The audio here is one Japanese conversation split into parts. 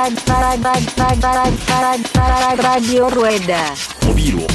Radio Rueda。 おビールを。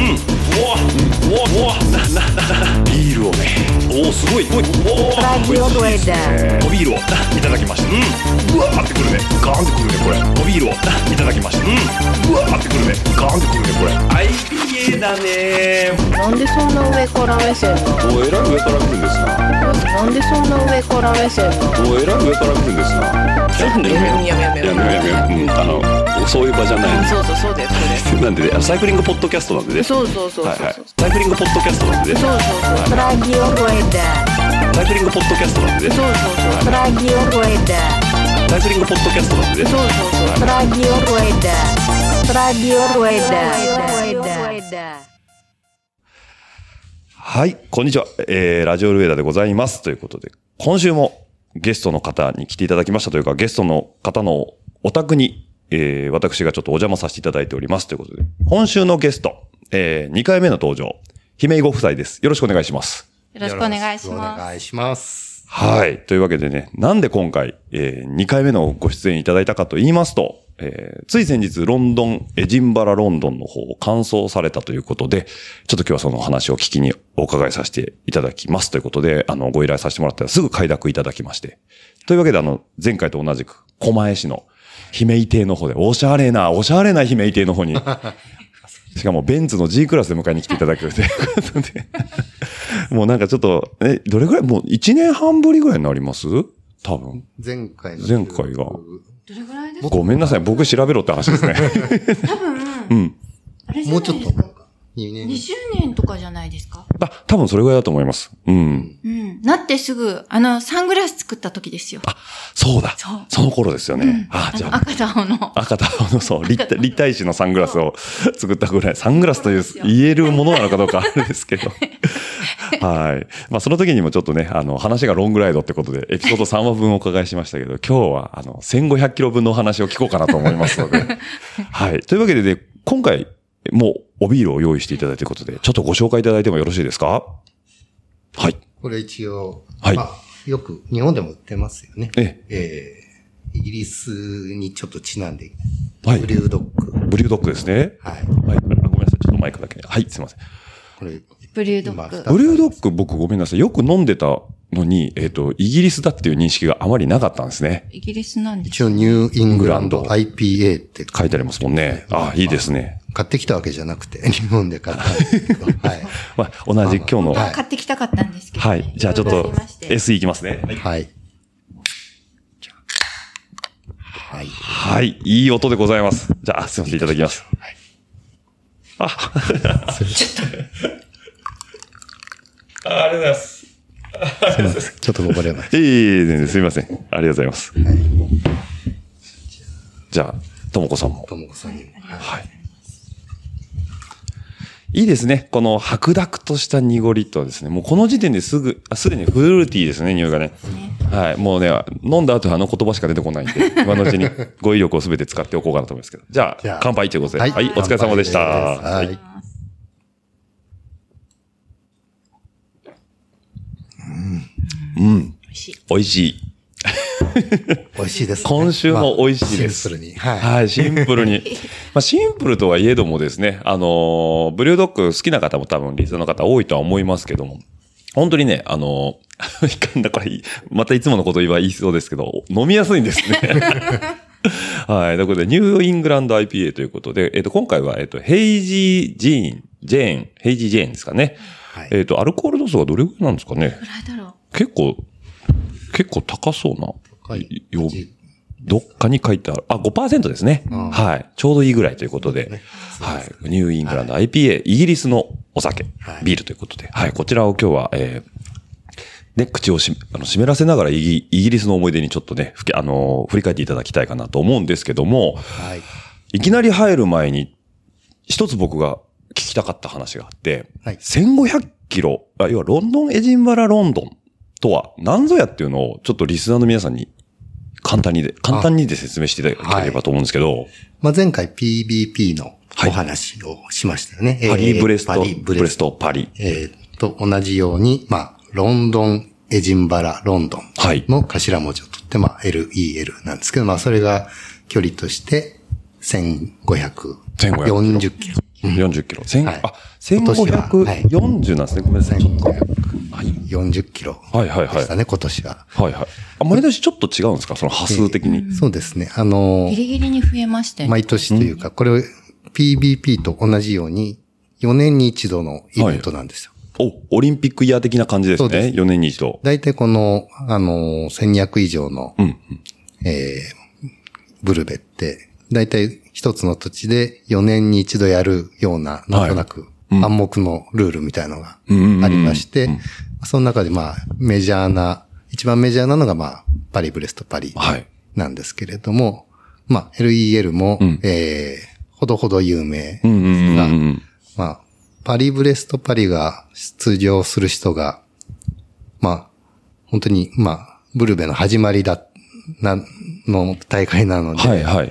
ビールをね。おおすごい。 Radio Rueda。 おビールをいただきました。うわーってくるね。ガーンってくるねこれ。おビールをいただきました。うわーってくるね。ガーンってくるねこれ。IPA だね。 なんでそんな上から目線なの？ おえらい上から来るんですな。 なんでそんな上から目線なの？ おえらい上から来るんですな。 やめよう。そういう場じゃない。 そうだよそれ。 なんでね、サイクリングポッドキャストなんでね。 そう。 はいはい。サイクリングポッドキャストなんでね。 そう。 Radio Rueda。 サイクリングポッドキャストなんでね。 そう。 Radio Rueda。 サイクリングポッドキャストなんでね。 そう。 Radio Rueda。Radio Rueda。 はい、こんにちは。ラジオルエダでございます。ということで、今週もゲストの方に来ていただきましたというか、ゲストの方のお宅に、私がちょっとお邪魔させていただいておりますということで、今週のゲスト、2回目の登場、姫井ご夫妻です。よろしくお願いします。 よろしくお願いします。 お願いします。 はい。というわけでね、なんで今回、2回目のご出演いただいたかと言いますと、つい先日ロンドン、エジンバラロンドンの方を完走されたということで、ちょっと今日はその話を聞きにお伺いさせていただきますということで、ご依頼させてもらったらすぐ快諾いただきまして。というわけで前回と同じく、狛江市の姫井邸の方で、おしゃれな姫井邸の方に、しかもベンツの G クラスで迎えに来ていただけるということで、もうなんかちょっと、どれくらい、もう1年半ぶりぐらいになります？多分。 前回が。 どれぐらいですか？ ごめんなさい、僕調べろって話ですね。 多分、 うん。 あれじゃもうちょっとないですか。 2年。 20年とかじゃないですか？ 多分それぐらいだと思います。うん。 なってすぐ、サングラス作った時ですよ。 そうだ。 そうその頃ですよね。じゃあ。 赤と青の。 赤と青の、そう、立体視のサングラスを作ったぐらい、サングラスという言えるものなのかどうかあれですけど。はい。まあ、その時にもちょっとね、話がロングライドってことで、エピソード3話分お伺いしましたけど、今日は、1500キロ分のお話を聞こうかなと思いますので。はい。というわけでね、今回、もう、おビールを用意していただいていることで、ちょっとご紹介いただいてもよろしいですか？はい。 これ一応、 はい。 よく日本でも売ってますよね。 イギリスにちょっとちなんで、 はい。 ブリュードッグ。 ブリュードッグですね。 はい。 はい。ごめんなさい。ちょっとマイクだけ。はい、すいません。 これ、 ブリュードッグ。 ブリュードッグ僕ごめんなさい。よく飲んでたのに、イギリスだっていう認識があまりなかったんですね。 イギリスなんです。 一応ニューイングランド IPA って書いてありますもんね。いいですね。 買ってきたわけじゃなくて、日本で買ったんですけど、はい。 まあ、同じ今日の。 買ってきたかったんですけど。 はい。じゃあちょっと、SE いきますね。 はい。 はい。はい。いい音でございます。じゃあ、すいません、いただきます。はい。ありがとうございます。 すいません。ちょっとこぼれました。 全然すいません。ありがとうございます。はい。じゃあ、ともこさんも。 ともこさんにも。 はい。いいですね。この白濁とした濁りとですね、もうこの時点ですでにフルーティーですね、匂いがね。はい。もうね、飲んだ後言葉しか出てこないんで、今のうちに語彙力をすべて使っておこうかなと思いますけど。じゃあ、乾杯ということで。はい。お疲れ様でした。はい。美味しい。 美味しいですね。 今週も美味しいです。 シンプルに。 はい。シンプルに。まあ、シンプルとはいえどもですね、ブリュードッグ好きな方も多分リスナーの方多いとは思いますけども、本当にね、だからまたいつものこと言いそうですけど、飲みやすいんですね。はい。ということで、ニューイングランド IPA ということで、今回は、ヘイジージェーンですかね。 はい。 アルコール度数がどれぐらいなんですかね。 どれぐらいだろう。 結構高そうな。 はい。 どっかに書いてある。5% ですね。はい。ちょうどいいぐらいということで。はい。ニューイングランド IPA、イギリスのお酒、ビールということで。はい。こちらを今日は、ね、口を湿らせながらイギリスの思い出にちょっとね、振り返っていただきたいかなと思うんですけども、 はい。 いきなり入る前に、一つ僕が聞きたかった話があって、 はい。 1500キロ、要はロンドン、エジンバラ、ロンドンとは何ぞやっていうのを、ちょっとリスナーの皆さんに簡単にで説明していただければと思うんですけど。 まあ、前回 PBP のお話をしましたよね。 パリブレスト、パリ。 同じように、まあ、ロンドン、エジンバラ、ロンドンの頭文字を取って、まあ、LEL なんですけど、まあ、それが距離として1540キロ。 40キロ。 はい 1540なんですね。ごめんなさい。ちょっと。はい。 40キロはいはいはいでしたね、今年は。 はいはい。毎年ちょっと違うんですか？その波数的に。 そうですね。 ギリギリに増えましたよね。 毎年というか、これ PBP と同じように4年に一度のイベントなんですよ。 オリンピックイヤー的な感じですね。 そうです 4年に一度。 大体この、1200以上の、ブルベって、大体一つの土地で4年に一度やるような、なんとなく暗黙のルールみたいなのがありまして、その中でまあメジャーな、一番メジャーなのがまあパリブレストパリなんですけれども、まあ LEL も、ほどほど有名ですが、まあパリブレストパリが出場する人が、まあ本当にまあブルベの始まりの大会なので、 はいはい。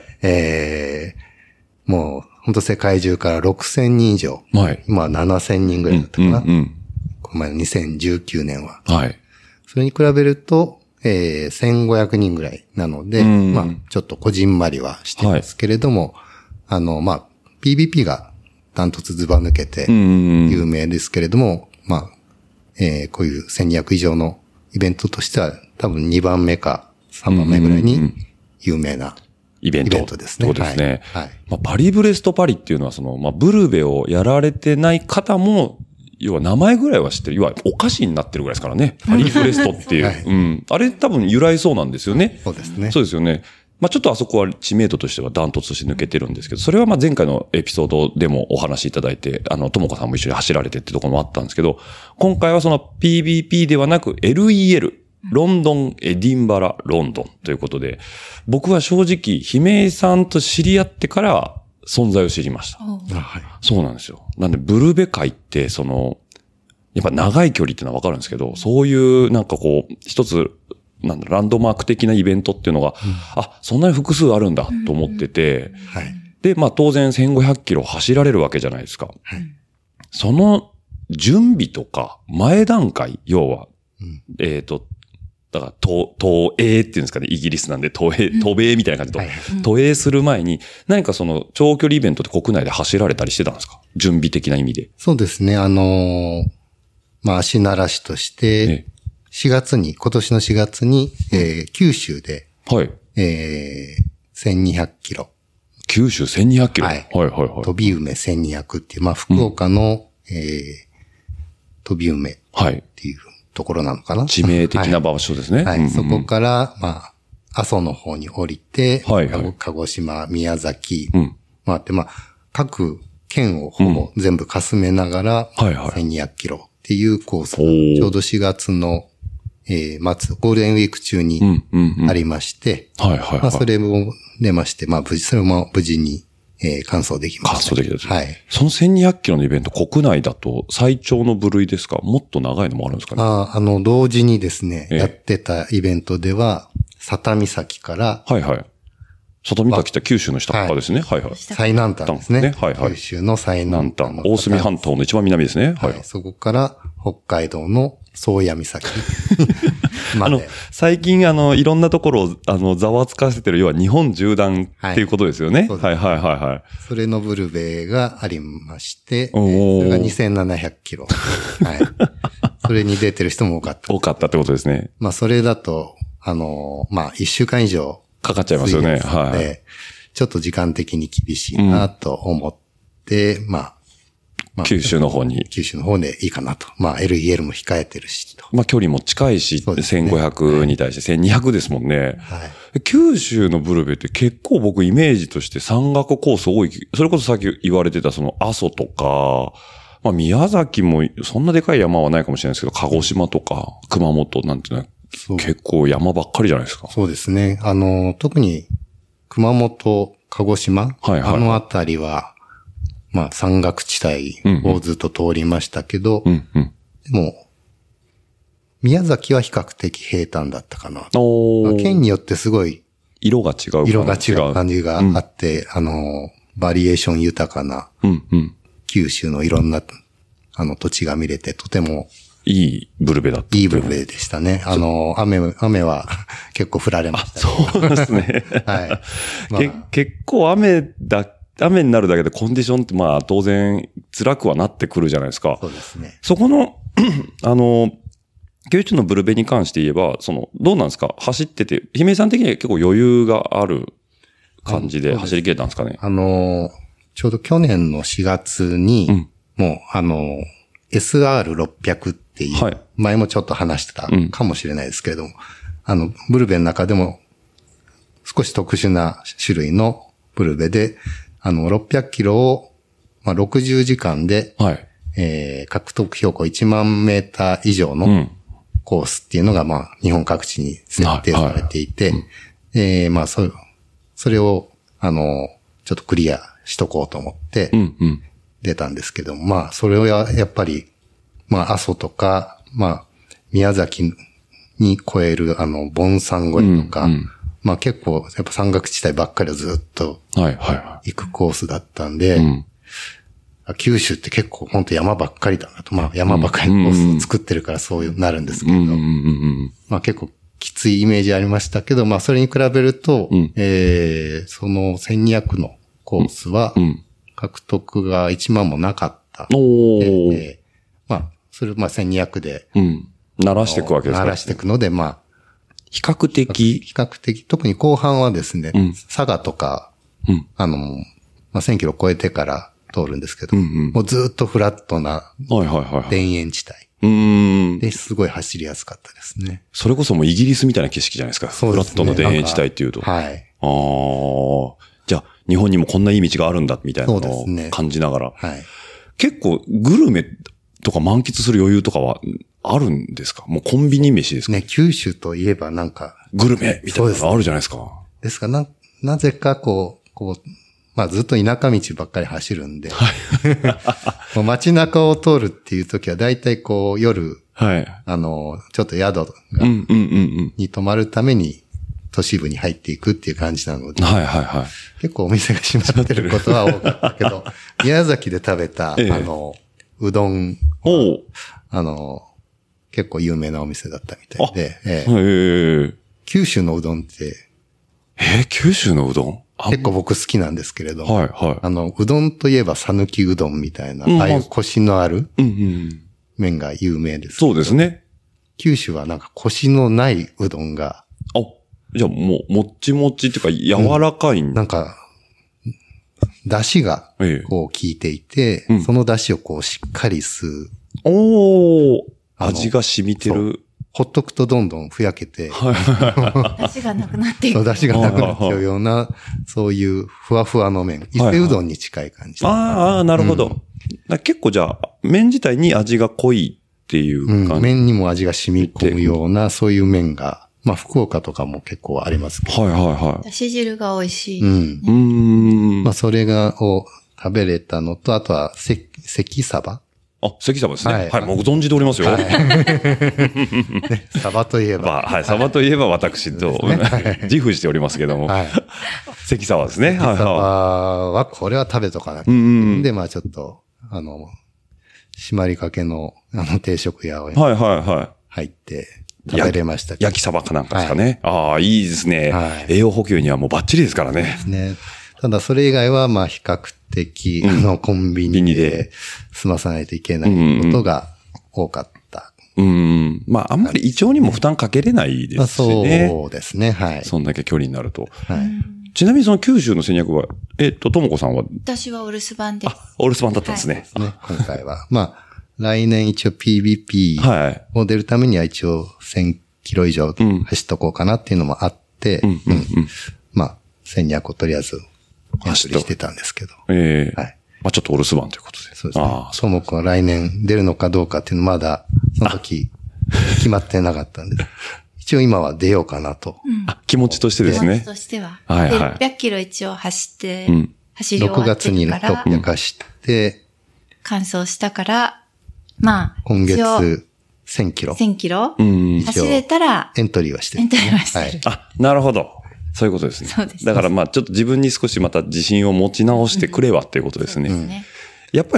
もう本当世界中から6000人以上、今は7000人ぐらいだったかな。この前の2019年は。 はい。 それに比べると、1500人ぐらいなので、まあちょっとこじんまりはしてますけれども、まあ PBP がダントツずば抜けて有名ですけれども、まあ、こういう1200以上のイベントとしては多分2番目か3番目ぐらいに有名なイベントですね。 そうですね。 はい。 まあ、パリブレストパリっていうのはまあ、ブルベをやられてない方も、要は名前ぐらいは知ってる。要はお菓子になってるぐらいですからね。パリブレストっていう。 はい、 あれ多分由来そうなんですよね。 そうですね。 そうですよね。まあ、ちょっとあそこは知名度としてはダントツとして抜けてるんですけど、それはまあ前回のエピソードでもお話しいただいて、ともこさんも一緒に走られてってところもあったんですけど、今回はその PBP ではなく LEL、ロンドン、エディンバラ、ロンドンということで、僕は正直、姫井さんと知り合ってから存在を知りました。 はい、 そうなんですよ。なんで、ブルベ界って、やっぱ長い距離っていうのはわかるんですけど、そういうなんかこう、一つ、ランドマーク的なイベントっていうのが、そんなに複数あるんだと思ってて、 はい、で、 まあ当然1500キロ走られるわけじゃないですか。 はい、 その準備とか、前段階、要は、だから、東映っていうんですかね、イギリスなんで、東映みたいな感じで、東映する前に、何か長距離イベントって国内で走られたりしてたんですか？準備的な意味で。 そうですね、まあ、足慣らしとして、今年の4月に、九州で、 はい。 1200キロ。 九州1200キロ。 はい。 はいはいはい。 飛梅1200っていう、まあ、福岡の、飛梅っていうところなのかな。 致命的な場所ですね。 はい。そこから、まあ、阿蘇の方に降りて、 はいはい、 鹿児島、宮崎、回って、まあ、各県をほぼ全部かすめながら、1200キロっていうコースが、ちょうど4月の、末、ゴールデンウィーク中にありまして、まあ、それも出まして、まあ、それも無事に、完走できました。 完走できた。 はい。 その1200キロのイベント、国内だと最長の部類ですか？もっと長いのもあるんですかね？ 同時にですね、やってたイベントでは、佐多岬から、 はいはい。佐多岬って九州の下側ですね。はいはい。 最南端ですね。 はいはい。 九州の最南端。 大隅半島の一番南ですね。 はい。そこから北海道の宗谷岬まで。 最近いろんなところをざわつかせてる、要は日本縦断っていうことですよね。はいはいはいはい。 それのブルベがありまして、それが2700キロ。はい。それに出てる人も多かった。 多かったってことですね。 まあそれだと、まあ1週間以上。 かかっちゃいますよね。はい。 ちょっと時間的に厳しいなと思って、まあ、 九州の方でいいかなと。まあ、LEL も控えてるしと。 まあ、距離も近いし、1500に対して1200ですもんね。 はい。 九州のブルベって結構僕イメージとして山岳コース多い。それこそさっき言われてた阿蘇とか、まあ、宮崎もそんなでかい山はないかもしれないですけど、鹿児島とか熊本なんてね、結構山ばっかりじゃないですか。 そうですね。特に熊本、鹿児島、あのあたりは、まあ山岳地帯をずっと通りましたけど、でも、宮崎は比較的平坦だったかな。県によってすごい色が違う感じがあって、バリエーション豊かな、九州のいろんな土地が見れてとてもいいブルベだった。 いいブルベでしたね。雨は結構降られましたけど。 そうですね。 はい。 結構雨になるだけでコンディションってまあ当然辛くはなってくるじゃないですか。 そうですね。 そこの、90のブルベに関して言えば、どうなんですか？走ってて、姫井さん的には結構余裕がある感じで走り切れたんですかね？ ちょうど去年の4月に、もうSR600 っていう、はい、前もちょっと話してたかもしれないですけれども、ブルベの中でも少し特殊な種類のブルベで、600キロを、まあ、60時間で、はい、獲得標高1万メーター以上のコースっていうのが、まあ、日本各地に設定されていて、まあ、それを、ちょっとクリアしとこうと思って、出たんですけど、まあ、それをやっぱり、まあ、阿蘇とか、まあ、宮崎に超える、盆山越えとか、まあ結構、やっぱ山岳地帯ばっかりをずっと、行くコースだったんで、九州って結構本当山ばっかりだなと、まあ山ばっかりのコースを作ってるからそうなるんですけど、まあ結構きついイメージありましたけど、まあそれに比べると、その1200のコースは、獲得が1万もなかった。まあ、それまあ1200で、 鳴らしていくわけですか？ 鳴らしていくので、まあ、 比較的、 特に後半はですね、佐賀とか、まあ、1000キロ超えてから通るんですけど、もうずっとフラットな田園地帯。ですごい走りやすかったですね。 それこそもうイギリスみたいな景色じゃないですか。フラットの田園地帯っていうと。 はい。 じゃあ、日本にもこんないい道があるんだ、みたいなのを感じながら。はい。結構、グルメとか満喫する余裕とかはあるんですか？もうコンビニ飯ですか？ ね、九州といえばなんか。 グルメみたいなのあるじゃないですか。 ですから、なぜかまあずっと田舎道ばっかり走るんで。はい。街中を通るっていう時は大体夜。はい。ちょっと宿が。に泊まるために都市部に入っていくっていう感じなので。はいはいはい。結構お店が閉まってることは多かったけど、宮崎で食べた、うどん。結構有名なお店だったみたいで。九州のうどんって。 九州のうどん？ 結構僕好きなんですけれども。はいはい。うどんといえば讃岐うどんみたいな、ああいうコシのある麺が有名です。 そうですね。 九州はなんかコシのないうどんが。 じゃあもう、もっちもちっていうか柔らかいなんか、出汁が効いていて、その出汁をしっかり吸う。 味が染みてる。 ほっとくとどんどんふやけて。 出汁がなくなっていく。 出汁がなくなっちゃうような、そういうふわふわの麺。伊勢うどんに近い感じ。 なるほど。結構じゃあ、麺自体に味が濃いっていう感じ。 麺にも味が染み込むような、そういう麺が、まあ、福岡とかも結構ありますけど。 だし汁が美味しい。 まあ、それを食べれたのと、あとは、関サバ。 関サバですね。はい、もう存じておりますよ。 サバといえば。 はい、サバといえば私と自負しておりますけども。関サバですね。 関サバは、これは食べとかなきゃ。で、まあちょっと、締まりかけの、定食屋を入って、食べれました。 焼きサバかなんかですかね。いいですね。栄養補給にはもうバッチリですからね。 ただそれ以外は、まあ比較的、コンビニで済まさないといけないことが多かった。 まああんまり胃腸にも負担かけれないですしね。 そうですね。はい。 そんだけ距離になると。ちなみにその九州の戦略は、ともこさんは？ 私はお留守番です。 お留守番だったんですね。 今回は。まあ、来年一応 PVP を出るためには一応1000キロ以上走っとこうかなっていうのもあって、まあ、1200をとりあえずエントリーしてたんですけど。はい。 まあちょっとお留守番ということで。 そうですね。ともくんは来年出るのかどうかっていうのまだ、その時決まってなかったんで。一応今は出ようかなと。 気持ちとしてですね。 気持ちとしては。600キロ一応走り終わってるから。 6月に600走って、 完走したから、まあ、 今月1000キロ。 1000キロ走れたら、 エントリーはしてる。 エントリーはしてる。 なるほど。そういうことですね。そうです。だからまあちょっと自分に少しまた自信を持ち直してくればっていうことですね。やっぱり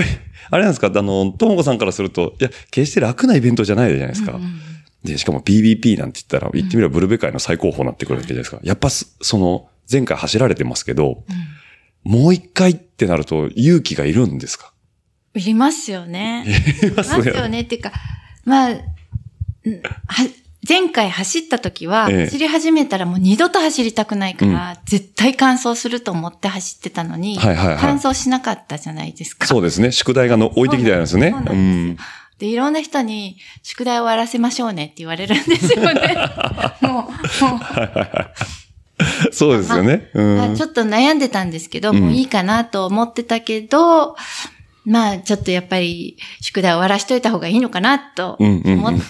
あれなんですか、ともこさんからすると、いや、決して楽なイベントじゃないじゃないですか。で、しかも PBP なんて言ったら、言ってみればブルベ界の最高峰になってくるわけじゃないですか。やっぱ、前回走られてますけど、もう一回ってなると勇気がいるんですか？ いりますよね。 いりますよね。っていうか、まあ、前回走った時は、走り始めたらもう二度と走りたくないから、絶対完走すると思って走ってたのに、完走しなかったじゃないですか。 そうですね。宿題が置いてきてあるんですね。 そうなんですよ。で、いろんな人に、宿題を終わらせましょうねって言われるんですよね。もう。 そうですよね。 ちょっと悩んでたんですけど、もういいかなと思ってたけど、まあ、ちょっとやっぱり、宿題終わらしといた方がいいのかなと思って、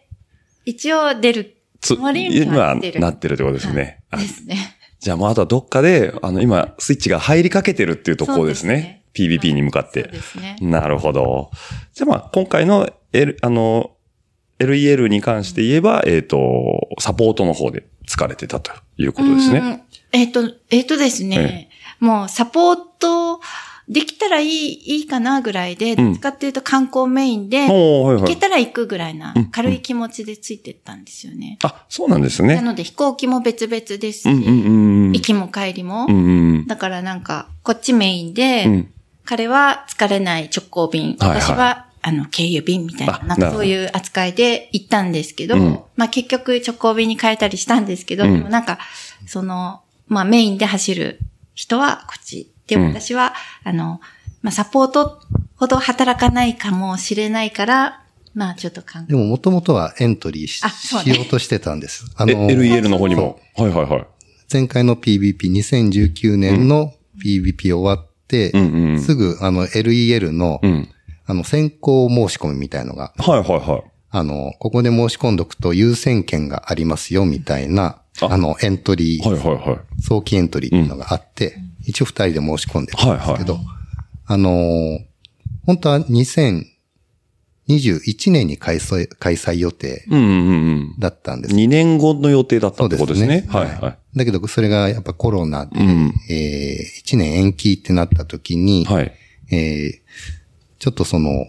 一応出るつもりにはなってるってことですね。 ですね。 じゃあもうあとはどっかで、今、スイッチが入りかけてるっていうところですね。PBP に向かって。 そうですね。 なるほど。じゃあまあ、今回の、LEL に関して言えば、サポートの方で疲れてたということですね。 ですね。もうサポートできたらいいかなぐらいで、どっちかっていうと観光メインで、行けたら行くぐらいな軽い気持ちでついてったんですよね。 あ、そうなんですね。 なので飛行機も別々ですし、行きも帰りも。だからなんか、こっちメインで、彼は疲れない直行便、私は経由便みたいな、なんかそういう扱いで行ったんですけど、まあ結局直行便に変えたりしたんですけど、でもなんか、まあメインで走る人はこっち。で、私は、まあサポートほど働かないかもしれないから、まあちょっとでも元々はエントリー しようとしてたんです。 LEL の方にも。はいはいはい。 前回の PBP、2019 年の PBP 終わって、すぐLEL の、先行申し込みみたいのが。 はいはいはい。 ここで申し込んどくと優先権がありますよみたいな、エントリー、 はいはいはい。 早期エントリーっていうのがあって、一応2人で申し込んでたんですけど、本当は2021年に開催予定だったんです。 2年後の予定だったってことですね。はいはい。 だけど、それがやっぱコロナで、1年延期ってなった時に、ちょっとその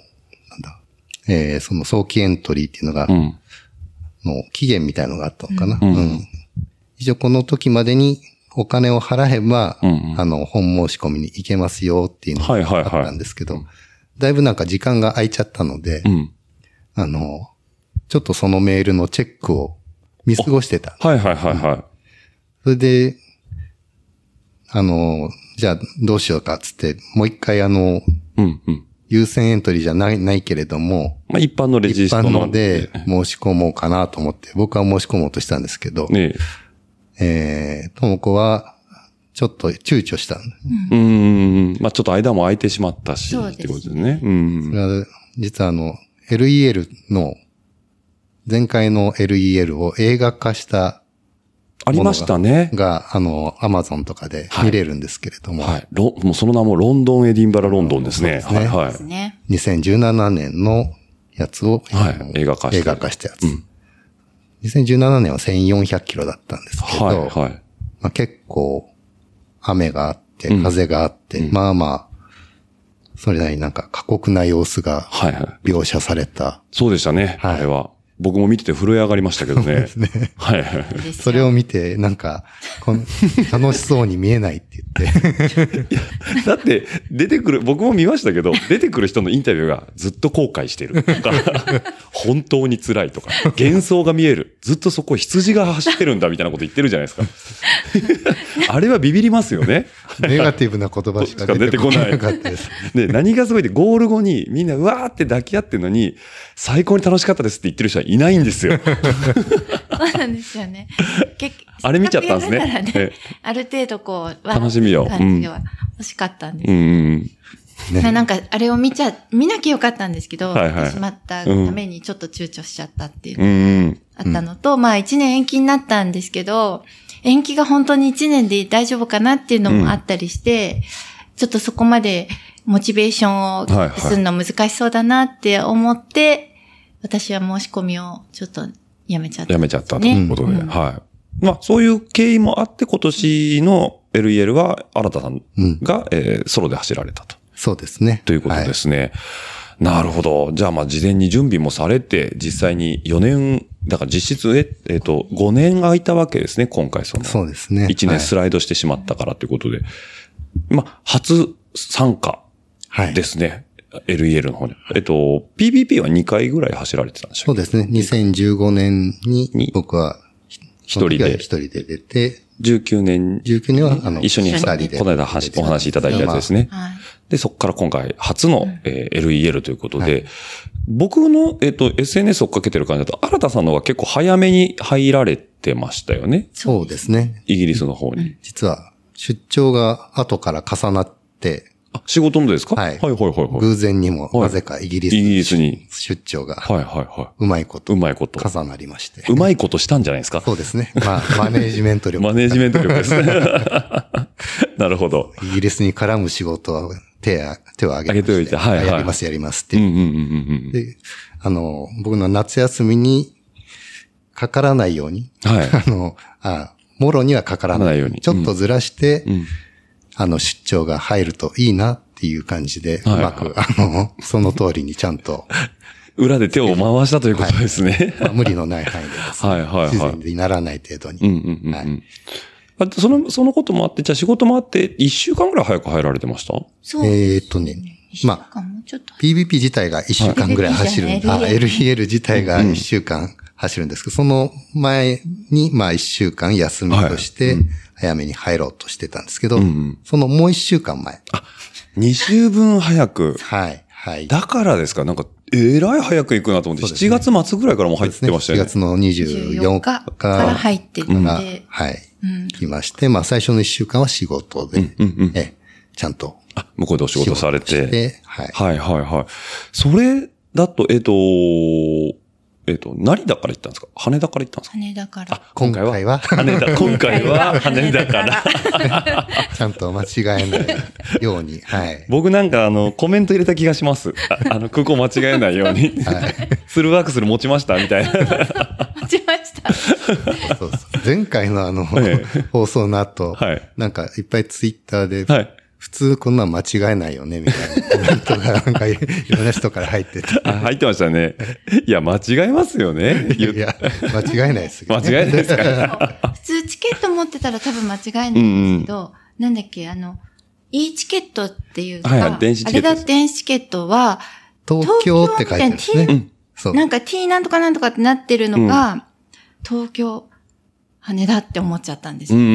早期エントリーっていうのが、の期限みたいのがあったのかな。一応この時までにお金を払えば、本申し込みに行けますよっていうのがあったんですけど、だいぶなんか時間が空いちゃったので、ちょっとそのメールのチェックを見過ごしてた。 はいはいはいはい。 それで、じゃあどうしようかっつって、もう一回優先エントリーじゃないけれども、 まあ一般のレジストの。一般ので申し込もうかなと思って、僕は申し込もうとしたんですけど、ともこは、ちょっと躊躇した。 まあちょっと間も空いてしまったし、ってことですね。 それは、実はLEL の、前回の LEL を映画化したありましたね。 が、Amazon とかで見れるんですけれども。 はい。もうその名もロンドン、エディンバラ、ロンドンですね。はいはい。 2017年のやつを、 映画化したやつ。2017年は1400キロだったんですけど、まあ、結構雨があって、風があって、まあまあ、それなりになんか過酷な様子が描写された。 そうでしたね。あれは。僕も見てて震え上がりましたけどね。はい。 それを見て、なんか、楽しそうに見えないって言って。 だって、僕も見ましたけど、出てくる人のインタビューがずっと後悔してるとか、本当に辛いとか、幻想が見える。ずっとそこ羊が走ってるんだみたいなこと言ってるじゃないですか。あれはビビりますよね。 ネガティブな言葉しか出てこなかったです。 で、何がすごいって、ゴール後にみんなうわーって抱き合ってるのに、最高に楽しかったですって言ってる人はいないんですよ。 そうなんですよね。 あれ見ちゃったんですね。 ある程度こう、 楽しみを。 感じは欲しかったんです。なんか、あれを見なきゃよかったんですけど、見てしまったためにちょっと躊躇しちゃったっていうのがあったのと、まあ1年延期になったんですけど、延期が本当に1年で大丈夫かなっていうのもあったりして、ちょっとそこまでモチベーションをするの難しそうだなって思って、私は申し込みをちょっとやめちゃった。 やめちゃったということで。はい。まあ、そういう経緯もあって、今年の LEL は新田さんが、ソロで走られたとそうですね。 ということですね。なるほど。じゃあまあ事前に準備もされて、実際に4年、だから実質5年空いたわけですね、今回そうですね。 1年スライドしてしまったからということで。まあ、初参加ですね。LEL の方に。PBP は2回ぐらい走られてたんでしょうか？ そうですね。2015年に僕は一人で出て、 19年は一緒に2人でこの間お話しいただいたやつですね。で、そこから今回初の LEL ということで、僕のSNS を追っかけてる感じだと、新田さんの方が結構早めに入られてましたよね。 そうですね。 イギリスの方に。 実は出張が後から重なって、 仕事のですか？ はい。 はい。 偶然にも、なぜかイギリスに出張が、うまいこと重なりまして。 うまいことしたんじゃないですか？ そうですね。まあ、マネージメント力。 マネージメント力ですね。なるほど。 イギリスに絡む仕事は手を挙げておいて、やりますっていう。で、僕の夏休みにかからないように、もろにはかからないように、ちょっとずらして、出張が入るといいなっていう感じで、うまく、その通りにちゃんと。 裏で手を回したということですね。 無理のない範囲でですね。自然にならない程度に。 そのこともあって、じゃあ仕事もあって、1週間ぐらい早く入られてました？ まあ、PBP 自体が1週間ぐらい走る。LEL 自体が1週間走るんですけど、その前に、まあ1週間休みとして、早めに入ろうとしてたんですけど、そのもう1週間前。 2週分早く。 はい。 だからですか？なんか、えらい早く行くなと思って、7月末ぐらいからもう入ってましたよね。 7月の24日から入っていて、 来まして、まあ最初の1週間は仕事で、ちゃんと。 向こうでお仕事されて。 はい。 それだと、成田から行ったんですか？羽田から行ったんですか？ 羽田から。 今回は今回は羽田から。 ちゃんと間違えないように。 僕なんかコメント入れた気がします。空港間違えないように。スルーワークスル持ちましたみたいな。 持ちました。 そう。前回の放送の後、なんかいっぱいツイッターで、普通こんなん間違えないよね、みたいなコメントがなんかいろんな人から入ってて。 入ってましたね。いや、間違えますよね。 いや、間違えないです間違えないですか？ 普通チケット持ってたら多分間違えないんですけど、なんだっけ、e チケットっていうか、 電子チケット。 あれだ、電子チケットは、 東京って書いてあるんですね。 なんか T なんとかなんとかってなってるのが、東京、羽田って思っちゃったんですよ。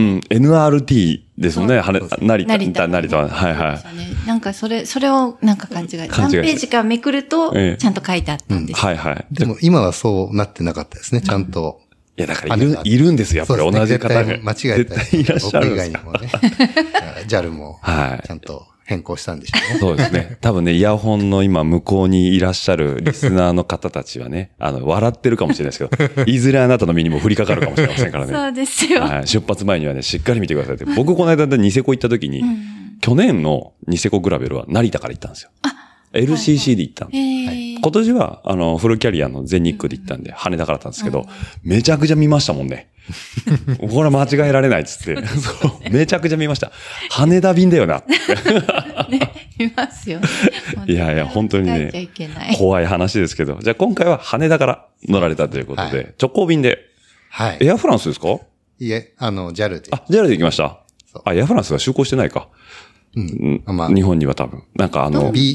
NRT ですもんね。成田は。 なんかそれをなんか勘違い。何ページかめくると、ちゃんと書いてあったんです。 でも今はそうなってなかったですね、ちゃんと。 いや、だからいるんですよ、やっぱり同じ方が。 間違えた絶対いらっしゃる。 僕以外にもね。JAL も、ちゃんと変更したんでしょうね。 そうですね。多分ね、イヤホンの今向こうにいらっしゃるリスナーの方たちはね、笑ってるかもしれないですけど、いずれあなたの身にも降りかかるかもしれませんからね。 そうですよ。 出発前にはね、しっかり見てくださいって。僕この間でニセコ行った時に、去年のニセコグラベルは成田から行ったんですよ。LCC で行ったんで。今年は、フルキャリアの全日空で行ったんで、羽田からだったんですけど、めちゃくちゃ見ましたもんね。これ間違えられないっつって。めちゃくちゃ見ました。羽田便だよな。 ね、見ますよ。 いや、本当にね、怖い話ですけど。じゃあ今回は羽田から乗られたということで、直行便で。エアフランスですか？ いえ、JAL で。 JAL で行きました。エアフランスが就航してないか。日本には多分。なんか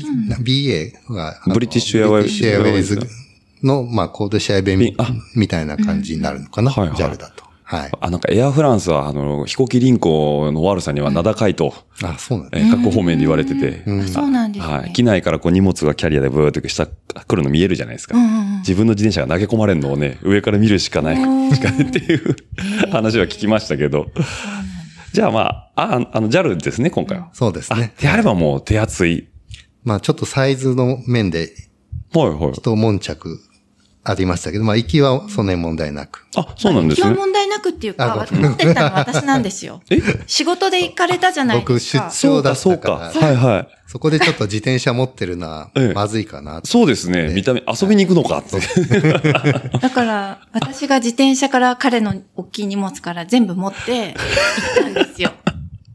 BA は、 ブリティッシュエアウェイズの、まあ、コードシェア便みたいな感じになるのかな、JAL だと。 なんかエアフランスは、飛行機輪行の悪さには名高いと。 そうなんですね。各方面で言われてて。 そうなんですね。 機内から荷物がキャリアでブーって下来るの見えるじゃないですか。自分の自転車が投げ込まれるのをね、上から見るしかないっていう話は聞きましたけど。じゃあまあ、JAL ですね、今回は。 そうですね。 であればもう手厚い。 まあちょっとサイズの面で、一悶着ありましたけど、まあ行きはそんなに問題なく。 そうなんですね。 行きは問題なくっていうか、持ってったの私なんですよ。仕事で行かれたじゃないですか。 僕出張だったから。そこでちょっと自転車持ってるのはまずいかな。 そうですね。見た目、遊びに行くのかって。 だから、私が自転車から彼の大きい荷物から全部持って行ったんですよ。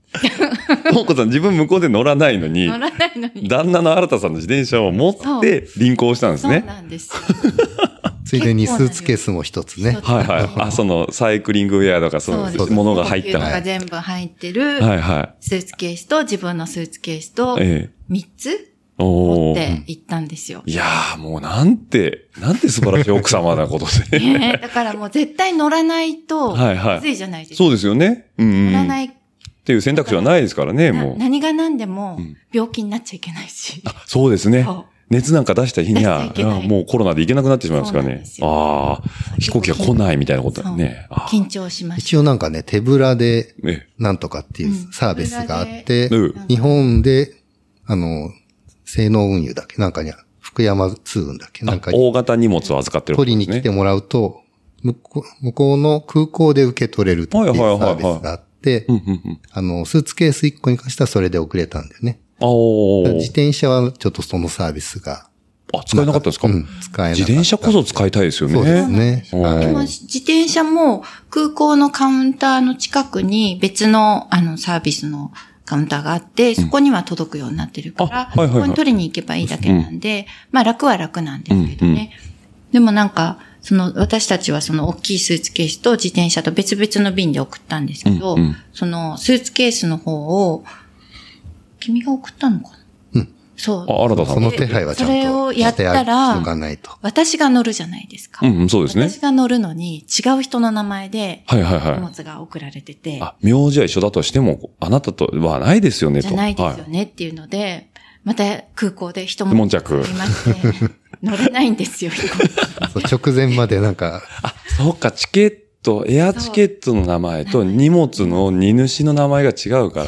ともこさん自分向こうで乗らないのに、 乗らないのに。 旦那の新田さんの自転車を持って輪行したんですね。 そうなんですよ。 ついでにスーツケースも一つね。 はいはい。あ、そのサイクリングウェアとかそういうものが入った。 が全部入ってる、 はいはい。 スーツケースと自分のスーツケースと、3つ持って行ったんですよ。 いやーもうなんて素晴らしい奥様なことで。 ね、だからもう絶対乗らないと、 はいはい。 まずいじゃないですか。 そうですよね。 乗らない。 っていう選択肢はないですからね、もう。 何が何でも病気になっちゃいけないし。 そうですね。熱なんか出した日には、もうコロナで行けなくなってしまいますからね。ああ、飛行機が来ないみたいなことだね。 緊張しました。 一応なんかね、手ぶらで、なんとかっていうサービスがあって、日本で、性能運輸だっけなんかに、福山通運だっけなんか大型荷物を預かってる、 取りに来てもらうと、向こうの空港で受け取れるっていうサービスがあって、スーツケース1個に関してはそれで遅れたんだよね。自転車はちょっとそのサービスが。 使えなかったですか？ 使えなかった。 自転車こそ使いたいですよね。 そうですね。 でも自転車も空港のカウンターの近くに別のサービスのカウンターがあって、そこには届くようになってるから、そこに取りに行けばいいだけなんで、まあ楽は楽なんですけどね。でもなんか、私たちはその大きいスーツケースと自転車と別々の便で送ったんですけど、そのスーツケースの方を、君が送ったのかな？そう。 新田さんその手配はちゃんとそれをやったら、私が乗るじゃないですか。 そうですね。 私が乗るのに違う人の名前で、荷物が送られてて。 名字は一緒だとしても、あなたとはないですよねと。 じゃないですよねっていうので、また空港で一悶着いまして、乗れないんですよ、 直前までなんか。 そうか、エアチケットの名前と荷物の荷主の名前が違うから。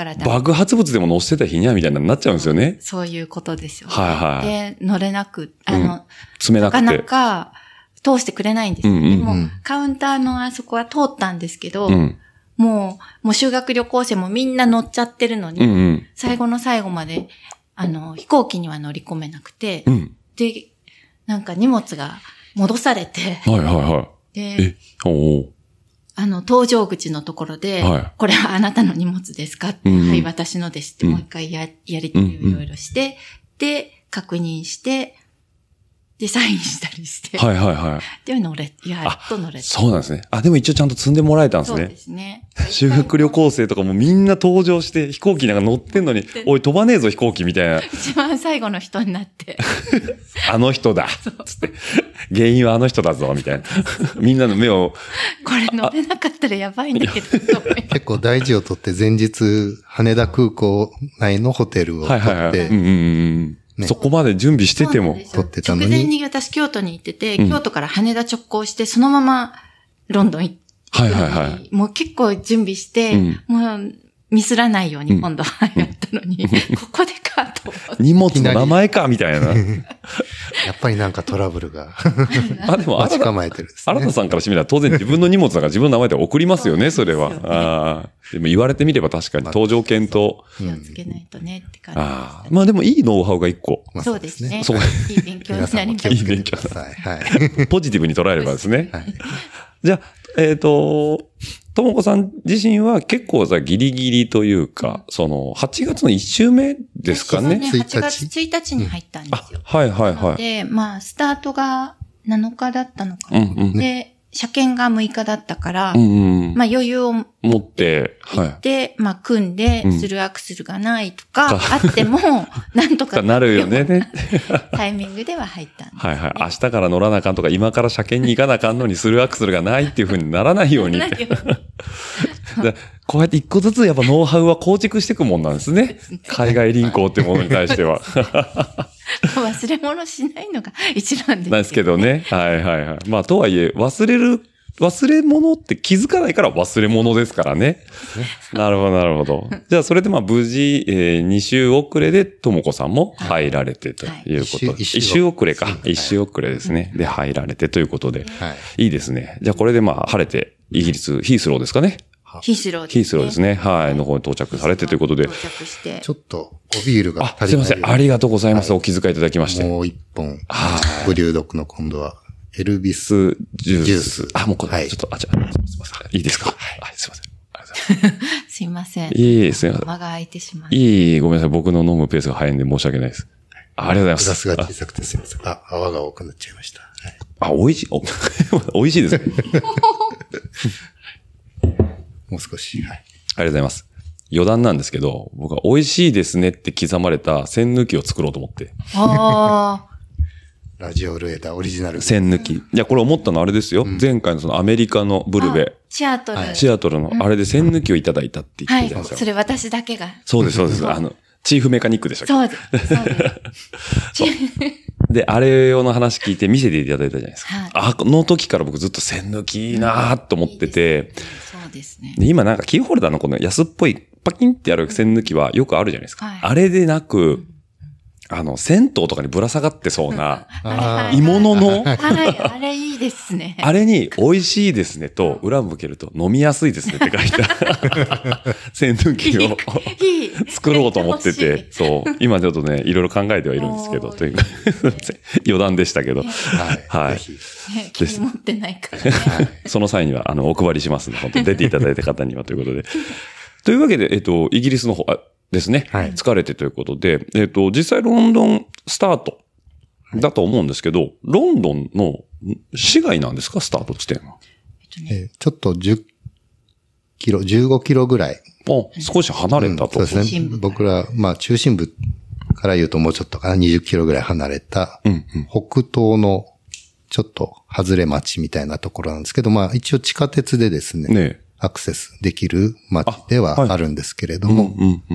爆発物でも載せてた日にはみたいになっちゃうんですよね。 そういうことですよ。 で、 乗れなく、 詰めなくて。 なかなか通してくれないんですよ。でも、カウンターのあそこは通ったんですけど、もう修学旅行生もみんな乗っちゃってるのに、最後の最後まで、飛行機には乗り込めなくて、で、なんか荷物が戻されて、で、搭乗口のところで、これはあなたの荷物ですかって、はい、私のですって、もう一回やりとりをいろいろして、で、確認して、で、サインしたりして。で、やっと乗れた。 そうなんですね。でも一応ちゃんと積んでもらえたんですね。 そうですね。 修学旅行生とかもみんな登場して飛行機なんか乗ってんのに、おい飛ばねえぞ飛行機みたいな。 一番最後の人になって。 あの人だつって。原因はあの人だぞみたいな。みんなの目を。 これ乗れなかったらやばいんだけど。 結構大事をとって前日、羽田空港内のホテルを取って、 そこまで準備してても取ってたのに。 直前に私京都に行ってて、京都から羽田直行して、そのままロンドン行って、もう結構準備して、もうミスらないように今度はやったのに、ここでかと思って。 荷物の名前かみたいな。 やっぱりなんかトラブルが。 でも待ち構えてる。 新田さんからしてみたら当然自分の荷物だから自分の名前で送りますよね、それは。でも言われてみれば確かに搭乗券と。 気をつけないとねって感じ。 でもいいノウハウが一個。 そうですね。いい勉強になります。 いい勉強。ポジティブに捉えればですね。じゃあ、ともこさん自身は結構ギリギリというか、8月の1週目ですかね。 8月1日に入ったんですよ。で、スタートが7日だったのかな。で、車検が6日だったから、余裕を持って行って、組んで、スルーアクセルがないとか、あっても、なんとかなるよね。 タイミングでは入ったんです、ね。 明日から乗らなあかんとか、今から車検に行かなあかんのにスルーアクセルがないっていう風にならないように。こうやって一個ずつやっぱノウハウは構築していくもんなんですね。海外輪行ってものに対しては。 忘れ物しないのが一番です。 なんですけどね。とはいえ、忘れ物って気づかないから忘れ物ですからね。なるほど。じゃあ、それで無事、2週遅れでともこさんも入られてということで。1週遅れか。1週遅れですね。で、入られてということで。いいですね。じゃあ、これで晴れて、イギリス、ヒースローですかね。 ヒースローですね。の方に到着されてということで。 到着して。 ちょっと、おビールが足りない。 すいません。ありがとうございます。お気遣いいただきまして。 もう一本。ブリュードックの今度は、エルビスジュース。 もうこれ、ちょっと、じゃあ、すいません。いいですか？すいません。 すいまません。 いい、すいません。 間が空いてしまう。 いい、ごめんなさい。僕の飲むペースが早いんで申し訳ないです。ありがとうございます。 グラスが小さくてすいません。泡が多くなっちゃいました。 はい、美味しい、美味しいですね。 もう少し、はい。 ありがとうございます。余談なんですけど、僕は美味しいですねって刻まれた栓抜きを作ろうと思って。 ラジオルエダオリジナル。 栓抜き。いや、これ思ったのあれですよ。前回のそのアメリカのブルベ。 シアトル。 はい、シアトルのあれで栓抜きをいただいたって言ってたんですよ。 はい。それ私だけが。 そうです、そうです。チーフメカニックでしたっけ？ そうです。そうです。 で、あれの話聞いて見せていただいたじゃないですか。 はい、 あの時から僕ずっと栓抜きいいなーと思ってて。 そうですね。 で今なんかキーホルダーのこの安っぽいパキンってやる栓抜きはよくあるじゃないですか。 はい、 あれでなく、銭湯とかにぶら下がってそうな、鋅物の、 はい、あれいいですね。 あれに美味しいですねと裏向けると飲みやすいですねって書いた栓抜きを作ろうと思ってて、そう、今ちょっとね、いろいろ考えてはいるんですけど、という余談でしたけど、はい。 気に持ってないからね。 その際には、お配りしますので、本当に出ていただいた方にはということで。というわけで、イギリスの方、ですね。はい。疲れてということで、実際ロンドンスタートだと思うんですけど、ロンドンの市街なんですか、スタート地点は。 ちょっと10キロ、15キロぐらい。 少し離れたと。 そうですね。僕ら、まあ中心部から言うともうちょっとかな、20キロぐらい離れた、北東のちょっと外れ町みたいなところなんですけど、まあ一応地下鉄でですね。アクセスできる街ではあるんですけれども、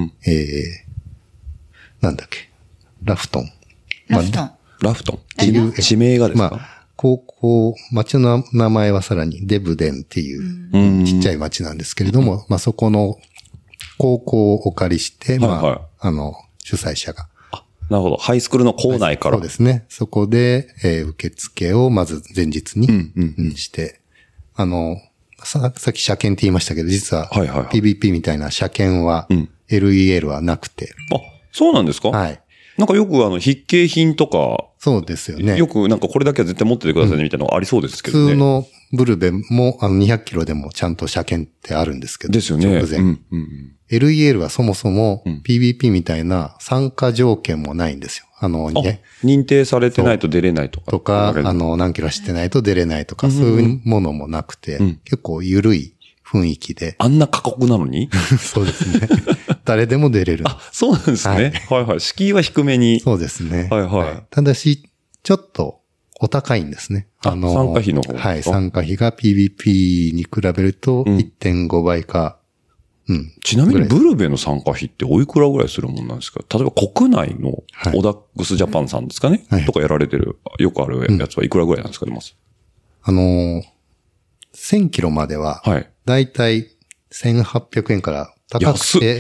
なんだっけ、ラフトン。 ラフトン。 ラフトンっていう地名がですか？ まあ、町の名前はさらにデブデンっていうちっちゃい町なんですけれども、まあそこの高校をお借りして、まあ、主催者が。 なるほど。ハイスクールの校内から。 そうですね。そこで、受付をまず前日にして、さっき車検って言いましたけど、実は PVP みたいな車検は LEL はなくて。 そうなんですか？はい。なんかよく筆記品とか。 そうですよね。 よくなんかこれだけは絶対持っててくださいねみたいなのがありそうですけどね。 普通のブルベも200キロでもちゃんと車検ってあるんですけど。 ですよね。 LEL はそもそも PVP みたいな参加条件もないんですよ。 認定されてないと出れないとか。 とか、何キロ走ってないと出れないとか、そういうものもなくて、結構緩い雰囲気で。 あんな過酷なのにそうですね。誰でも出れる。 そうなんですね。はいはい。敷居は低めに。 そうですね。 はいはい。 ただし、ちょっとお高いんですね。 参加費の方。 はい。参加費が PVP に比べると 1.5 倍か。 ちなみにブルベの参加費っておいくらぐらいするもんなんですか？例えば国内のオダックスジャパンさんですかね、とかやられてる、よくあるやつはいくらぐらいなんですかね、 1000キロまでは、だいたい1800円から高くて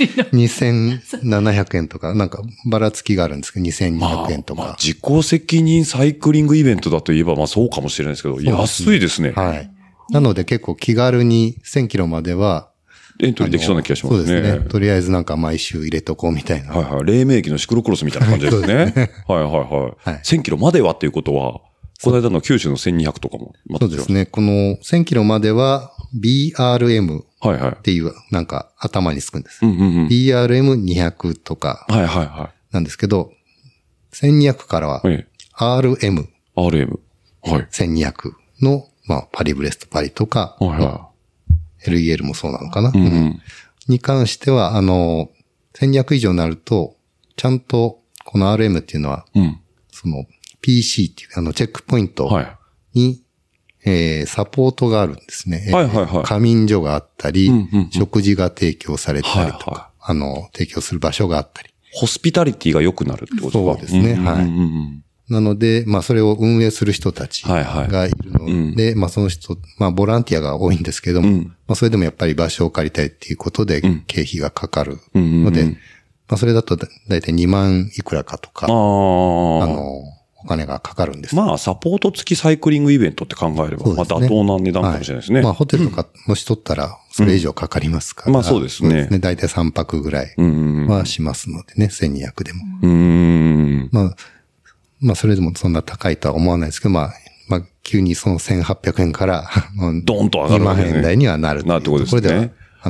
2700円とか、なんかばらつきがあるんですけど、2200円とか。 自己責任サイクリングイベントだといえば、まあそうかもしれないですけど、安いですね。 はい。なので結構気軽に1000キロまでは、 エントリーできそうな気がしますね。 そうですね。とりあえずなんか毎週入れとこうみたいな。 はいはい。黎明期のシクロクロスみたいな感じですね。はいはいはい。1000キロまではっていうことは、この間の九州の1200とかも。 そうですね。この1000キロまでは BRM っていうなんか頭につくんです。BRM200 とか。 はいはいはい。 なんですけど、1200からは RM。 RM。はい。 1200の、まあパリブレストパリとか。はいはい。LEL もそうなのかな、に関しては、1200以上になると、ちゃんと、この RM っていうのは、その、PC っていう、チェックポイントに、サポートがあるんですね。仮眠所があったり、食事が提供されたりとか、提供する場所があったり。 ホスピタリティが良くなるってことそうですね。はい。なので、まあ、それを運営する人たちがいるので、まあ、その人、まあ、ボランティアが多いんですけども、まあ、それでもやっぱり場所を借りたいっていうことで、経費がかかるので、まあ、それだとだいたい2万いくらかとか、お金がかかるんです。 まあ、サポート付きサイクリングイベントって考えれば、まあ、妥当な値段かもしれないですね。 まあ、ホテルとかもし取ったら、それ以上かかりますから。 まあ、そうですね。 だいたい3泊ぐらいはしますのでね、1200でも。まあ、それでもそんな高いとは思わないですけど、まあ、急にその1800円から、 ドンと上がる 2万円台にはなる。 なってことですね。 これでは、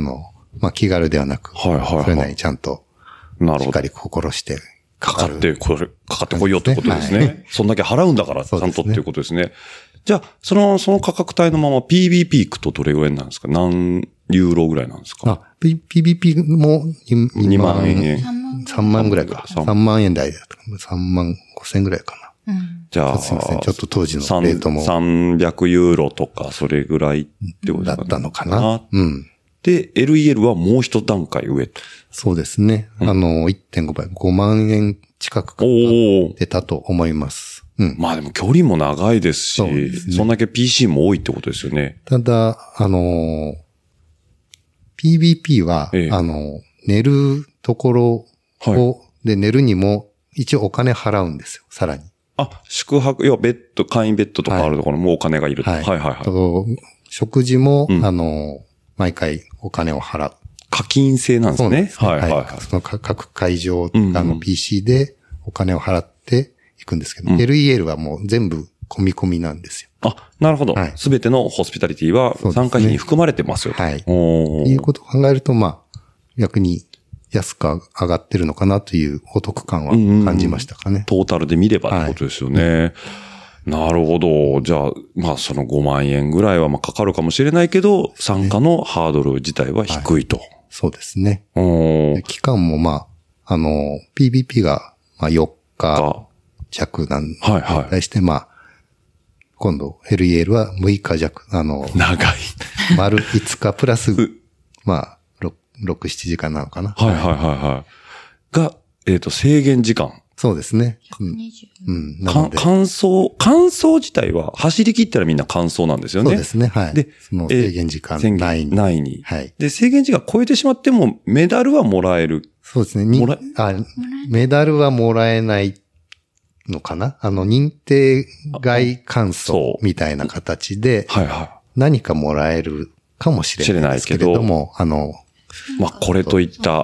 まあ気軽ではなく、 はいはいはい。 それなりにちゃんと、 なるほど。 しっかり心してかかってこいよってことですね。 はい、 そんだけ払うんだから、ちゃんとっていうことですね。じゃあ、その価格帯のまま PBP 行くとどれぐらいなんですか？何ユーロぐらいなんですか？ PBP も2万円。3万ぐらいか。3万円台だった。3万5千ぐらいかな。 じゃあ、 すみません。ちょっと当時のレートも。 300ユーロとか、それぐらいってことだったのかな。うん。 で、LEL はもう一段階上と。 そうですね。1.5 倍、5万円近くか出たと思います。うん。 まあでも距離も長いですし、そんだけ PC も多いってことですよね。 ただ、PBP は、寝るところを、で、寝るにも一応お金払うんですよ、さらに。 宿泊、要はベッド、簡易ベッドとかあるところもお金がいると。はいはいはい。 食事も、毎回お金を払う。 課金制なんですね。 はいはいはい。その各会場、PC でお金を払っていくんですけど、LEL はもう全部込み込みなんですよ。 なるほど。すべてのホスピタリティは参加費に含まれてますよ。 はい。いうことを考えると、まあ、逆に安く上がってるのかなというお得感は感じましたかね。 トータルで見ればってことですよね。なるほど。じゃあ、まあその5万円ぐらいはまあかかるかもしれないけど、参加のハードル自体は低いと。 そうですね。期間もまあ、PBP がまあ4日弱なんで、対してまあ、今度 LEL は6日弱。長い。 丸5日プラス、まあ、6、7時間なのかな。 はいはいはいはい。が、制限時間。 そうですね。 乾燥自体は走り切ったらみんな乾燥なんですよね。 そうですね。はい。で、その制限時間内に。はい。で、制限時間超えてしまってもメダルはもらえる。 そうですね。メダルはもらえないのかな？認定外乾燥みたいな形で、何かもらえるかもしれないですけれども、 まあ、これといった。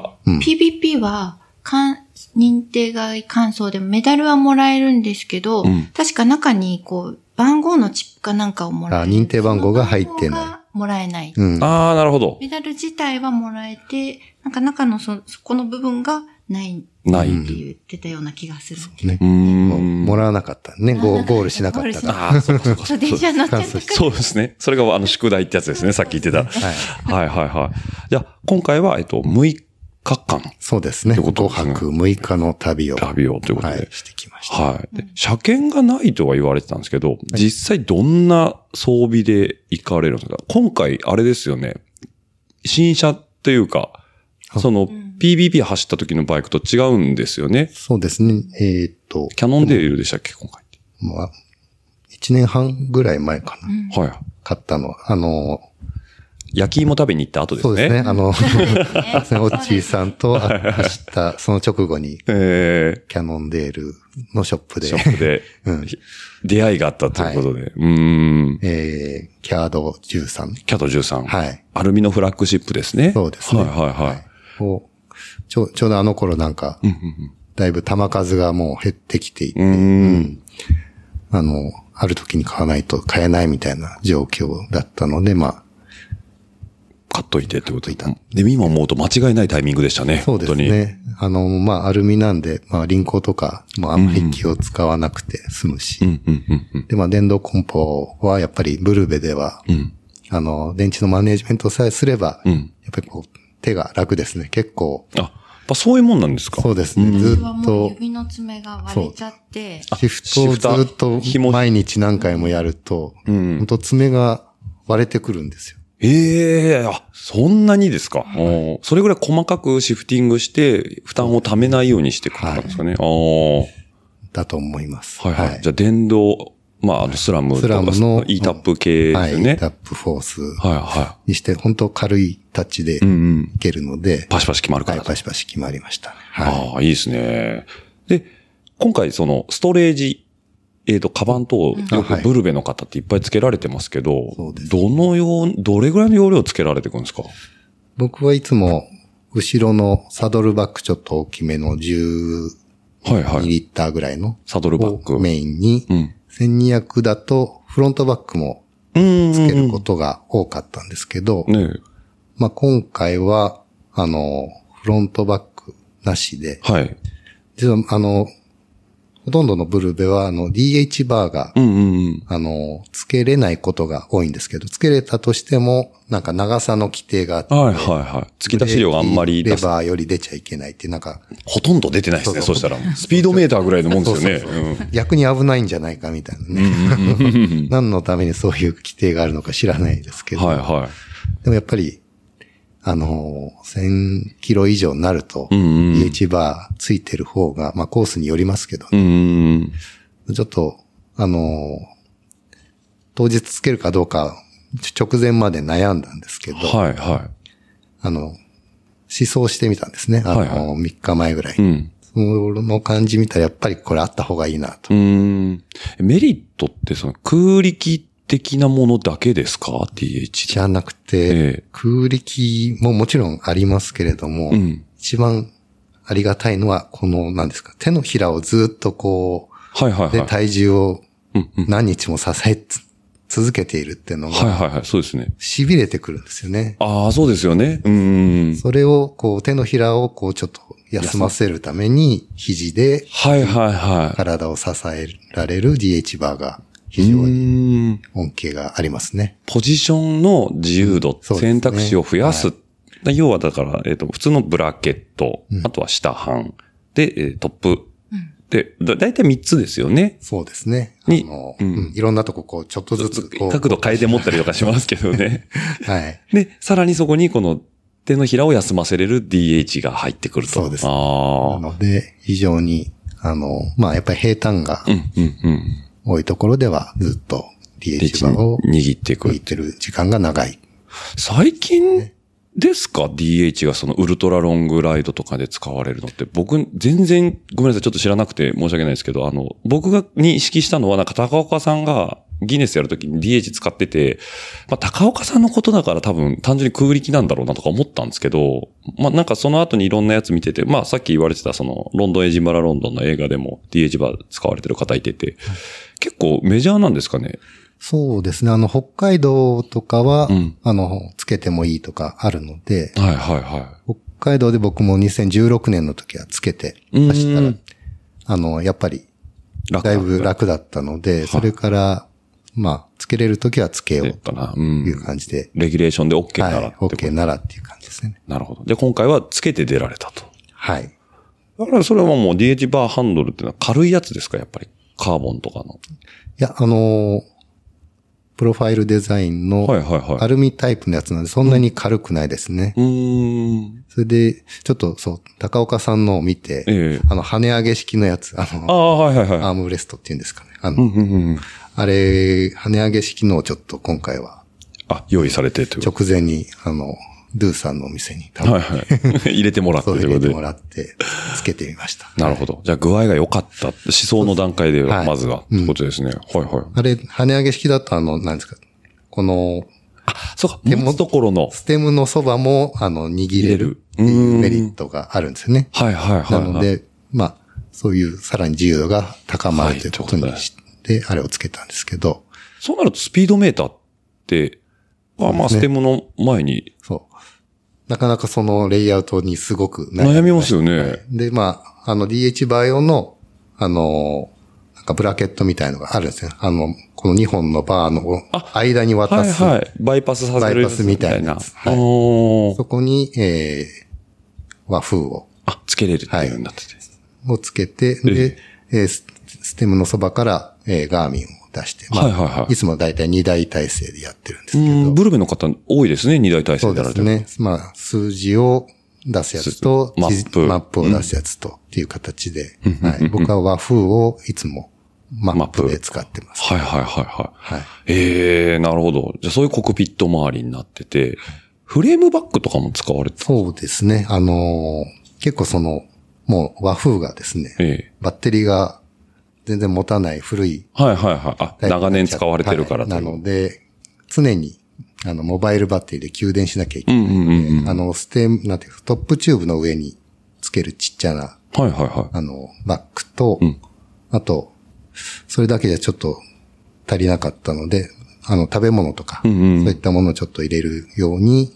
PBP は、認定外乾燥でメダルはもらえるんですけど、確か中に番号のチップかなんかをもらえる。 認定番号が入ってない。 もらえない。 なるほど。 メダル自体はもらえて、なんか中のそこの部分がないって言ってたような気がする。 ね。もらわなかったね。ゴールしなかったから。 そう電車乗っちゃった。 そうですね。それが宿題ってやつですね。さっき言ってた。はいはいはい。じゃあ、今回は、6日間。 そうですね。5泊6日の旅を。 ということで。 してきました。 はい。車検がないとは言われてたんですけど、実際どんな装備で行かれるんですか？今回、あれですよね。新車というか、PBP 走った時のバイクと違うんですよね。 そうですね。 キャノンデールでしたっけ、今回って。 まあ、1年半ぐらい前かな。 はい。 買ったのは、 焼き芋食べに行った後ですね。 そうですね。オッチーさんと走った、その直後に、キャノンデールのショップで。 出会いがあったということで。 キャド13。 キャド13。 はい。 アルミのフラッグシップですね。 そうですね。 はいはいはい。 ちょうどあの頃なんか、だいぶ弾数がもう減ってきていて、ある時に買わないと買えないみたいな状況だったので、まあ、 買っといてってことで、今思うと間違いないタイミングでしたね。 そうですね。まあ、アルミなんで、まあ、輪行とか、まあ、あんまり気を使わなくて済むし。で、まあ、電動コンポはやっぱりブルベでは、電池のマネジメントさえすれば、やっぱり手が楽ですね。結構。 そういうもんなんですか？ そうですね。ずっと。 指の爪が割れちゃって。 シフトをずっと毎日何回もやると、本当爪が割れてくるんですよ。 そんなにですか？それぐらい細かくシフティングして、負担をためないようにしてくるんですかね。 だと思います。 はいはい。じゃあ、電動、まあ、スラムとかの E タップ系ですね。 E タップフォースにして、本当軽いタッチでいけるので。 パシパシ決まるから。 パシパシ決まりました。 いいですね。で、今回ストレージ、カバン等、よくブルベの方っていっぱい付けられてますけど、どれぐらいの容量付けられていくんですか？ 僕はいつも、後ろのサドルバッグちょっと大きめの12リッターぐらいのサドルバッグメインに、1200だとフロントバッグも付けることが多かったんですけど、 まあ、今回は、フロントバックなしで、 はい。 実は、ほとんどのブルベは、DH バーが、つけれないことが多いんですけど、つけれたとしても、なんか長さの規定があって、 はいはいはい。付き出し量があんまりレバーより出ちゃいけないって、なんか、 ほとんど出てないですね、そしたら。スピードメーターぐらいのもんですよね。 逆に危ないんじゃないかみたいなね。何のためにそういう規定があるのか知らないですけど。 はいはい。 でもやっぱり、1000キロ以上になると、DH バーついてる方が、まあコースによりますけどね。ちょっと、当日つけるかどうか、直前まで悩んだんですけど、 はいはい。 試走してみたんですね。3日前ぐらい。その感じ見たらやっぱりこれあった方がいいなと。 メリットってその空力的なものだけですか ?DH じゃなくて、空力ももちろんありますけれども、一番ありがたいのはこの、何ですか、手のひらをずっとこう、で体重を何日も支え続けているっていうのが、 そうですね。 痺れてくるんですよね。 ああ、そうですよね。 それをこう手のひらをこうちょっと休ませるために肘で体を支えられる DH バーが非常に恩恵がありますね。 ポジションの自由度、選択肢を増やす。要はだから、普通のブラケット、あとは下半で、トップ。で、だいたい3つですよね。 そうですね。いろんなとここう、ちょっとずつこう。 角度変えて持ったりとかしますけどね。 はい。 で、さらにそこにこの手のひらを休ませれる DH が入ってくると。 そうです。なので、非常に、まあ、やっぱり平坦が多いところではずっと DH バーを握ってる時間が長い。 最近ですか ?DH がそのウルトラロングライドとかで使われるのって、僕全然ごめんなさい、ちょっと知らなくて申し訳ないですけど、僕が認識したのはなんか高岡さんがギネスやるときに DH 使ってて、まあ高岡さんのことだから多分単純に空力なんだろうなとか思ったんですけど、まあなんかその後にいろんなやつ見てて、まあさっき言われてたそのロンドンエジンバラロンドンの映画でも DH バー使われてる方いてて、結構メジャーなんですかね。 そうですね。北海道とかは、つけてもいいとかあるので、北海道で僕も2016年の時はつけて走ったら、やっぱり、だいぶ楽だったので、それから、まあ、つけれる時はつけようという感じで。 レギュレーションで OK なら。 OK ならっていう感じですね。 なるほど。で、今回はつけて出られたと。 はい。 だからそれはもう DH バーハンドルっていうのは軽いやつですかやっぱり。カーボンとかの。 いや、プロファイルデザインのアルミタイプのやつなんでそんなに軽くないですね。それで、ちょっとそう、高岡さんのを見て、跳ね上げ式のやつ、アームレストっていうんですかね。あれ、跳ね上げ式のをちょっと今回は。 用意されてという。 直前に、ドゥさんのお店に入れてもらってということで。 入れてもらって、つけてみました。 なるほど。じゃあ具合が良かった。思想の段階でまずは、ってことですね。 あれ、跳ね上げ式だと何ですかこの、 そうか、持つところの。 ステムのそばも、握れるっていうメリットがあるんですよね。なので、まあ、そういうさらに自由度が高まるということにして、あれをつけたんですけど。 そうなるとスピードメーターって、まあ、ステムの前に。 そう。なかなかそのレイアウトにすごく悩みますよね。 で、まあ、DH バー用の、なんかブラケットみたいのがあるんですね。この2本のバーの間に渡す。 バイパスさせる。 バイパスみたいな。そこに、和風を。 つけれるっていうんだってて。 をつけて、で、ステムのそばから、ガーミンを出して、いつもだいたい2台体制でやってるんですけど。 ブルベの方多いですね、2台体制でやられてる。 そうですね。まあ、数字を出すやつと、マップを出すやつとっていう形で、僕は和風をいつもマップで使ってます。 なるほど。じゃあそういうコックピット周りになってて、フレームバックとかも使われてる？ そうですね。結構もう和風がですね、バッテリーが全然持たない古い。 長年使われてるからなので、常に、モバイルバッテリーで給電しなきゃいけないので、なんていうか、トップチューブの上につけるちっちゃな、バックと、あと、それだけじゃちょっと足りなかったので、 食べ物とか、そういったものをちょっと入れるように、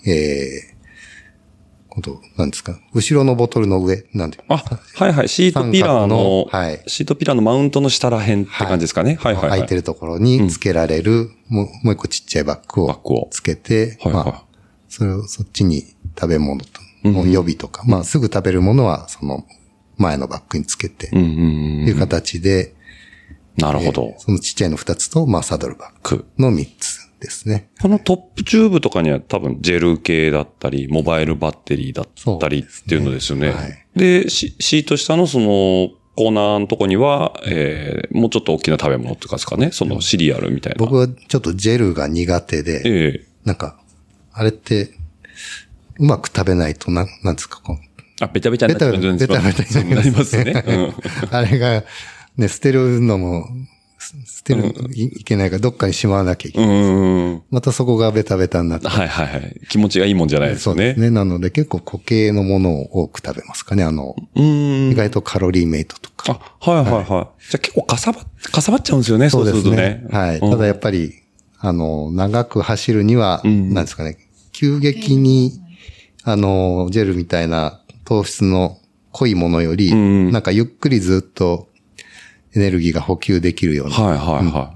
なんですか、後ろのボトルの上、なんていうはいはい。シートピラーの、 はい。 シートピラーのマウントの下ら辺って感じですかね。はいはい。 空いてるところに付けられる、もう一個ちっちゃいバッグをつけて、そっちに食べ物と、予備とか、すぐ食べるものはその前のバッグにつけて、いう形で、 なるほど。 そのちっちゃいの2つと、サドルバッグの3つですね。 このトップチューブとかには多分ジェル系だったり、モバイルバッテリーだったりっていうのですよね。で、シート下のそのコーナーのとこには、もうちょっと大きな食べ物とかですかね。そのシリアルみたいな。 僕はちょっとジェルが苦手で、なんか、あれって、うまく食べないとなんですか、 ベタベタになっちゃう。 ベタベタになりますね。 あれが、ね、捨てるのも、捨てるいけないからどっかにしまわなきゃいけない。またそこがベタベタになって。 はいはいはい。気持ちがいいもんじゃないですね。 そうですね。なので結構固形のものを多く食べますかね。意外とカロリーメイトとか。 はいはいはい。じゃあ結構かさばっちゃうんですよね。そうするとね。 はい。ただやっぱり、長く走るには、なんですかね。急激に、ジェルみたいな糖質の濃いものより、なんかゆっくりずっとエネルギーが補給できるような。 はいはいはい。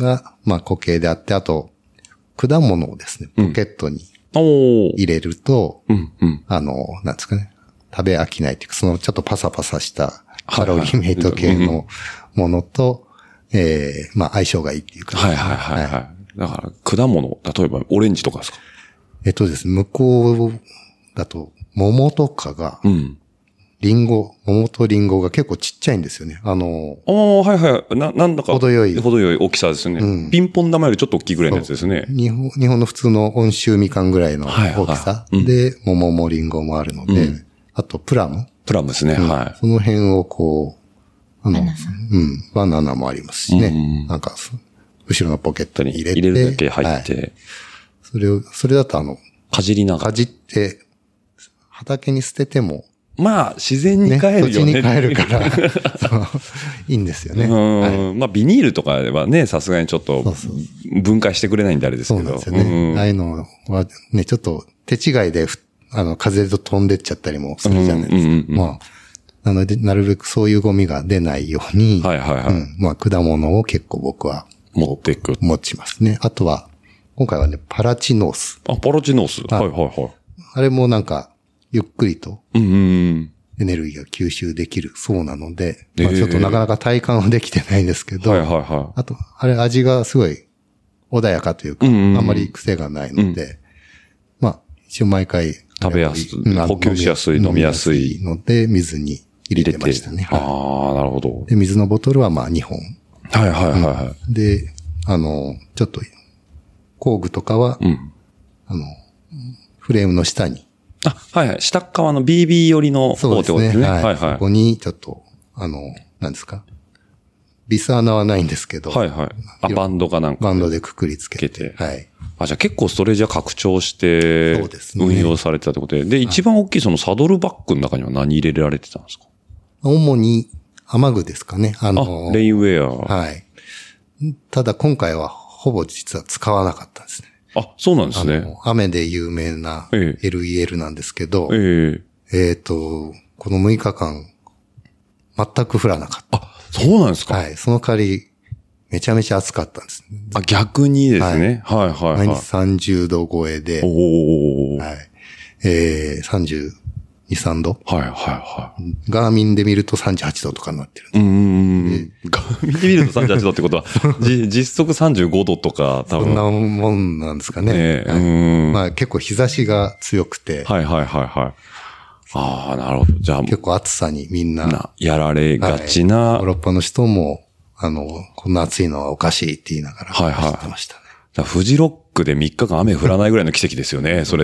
が、固形であって、あと、果物をですね、ポケットに入れると、なんですかね、食べ飽きないというか、そのちょっとパサパサしたカロリーメイト系のものと、相性がいいっていうか。 はいはいはいはい。だから、果物、例えばオレンジとかですか？ ですね、向こうだと、桃とかが、桃とリンゴが結構ちっちゃいんですよね。はいはい。なんだか。程よい大きさですね。ピンポン玉よりちょっと大きいぐらいのやつですね。 日本の普通の温州みかんぐらいの大きさで、桃もリンゴもあるので、あとプラムですね。はい。 その辺をバナナもありますしね。なんか、後ろのポケットに入れて。 入れるだけ入って。 それだとかじりながら。 かじって、畑に捨てても、 自然に帰るよね。 土地に帰るから、いいんですよね。 ビニールとかはね、さすがにちょっと分解してくれないんであれですけど。 そうなんですよね。ああいうのはね、ちょっと手違いで、風で飛んでっちゃったりもするじゃないですか。なので、なるべくそういうゴミが出ないように、果物を結構僕は持っていく。 持ちますね。あとは、今回はね、パラチノース。 パラチノース。はいはいはい。 あれもなんか、ゆっくりと、エネルギーが吸収できるそうなので、ちょっとなかなか体感はできてないんですけど、あと、あれ味がすごい穏やかというか、あんまり癖がないので、一応毎回食べやすい、補給しやすい、飲みやすいので、水に入れてましたね。 なるほど。 で、水のボトルは2本。 はいはいはい。 で、ちょっと、工具とかは、フレームの下に、 はいはい。下側の BB 寄りの方ってことですね。はいはい。 そこにちょっと、何ですか。ビス穴はないんですけど。 はいはい。バンドかなんか。 バンドでくくりつけて。はい。 じゃあ結構ストレージは拡張して、運用されてたってことで。で、一番大きいそのサドルバッグの中には何入れられてたんですか？ 主に雨具ですかね。 レインウェア。 はい。ただ今回はほぼ実は使わなかったんですね。 そうなんですね。 雨で有名な LEL なんですけど、この6日間、全く降らなかった。 そうなんですか？ はい。その代わり、めちゃめちゃ暑かったんです。 逆にですね。はいはいはい。 毎日30度超えで、はい。32、3度。 はいはいはい。 ガーミンで見ると38度とかになってる。 ガーミンで見ると38度ってことは、実測35度とか多分。 そんなもんなんですかね。結構日差しが強くて。 はいはいはいはい。なるほど。じゃあ結構暑さにみんな。 やられがちな。 ヨーロッパの人も、こんな暑いのはおかしいって言いながら走ってましたね。 フジロックで3日間雨降らないぐらいの奇跡ですよね、それって。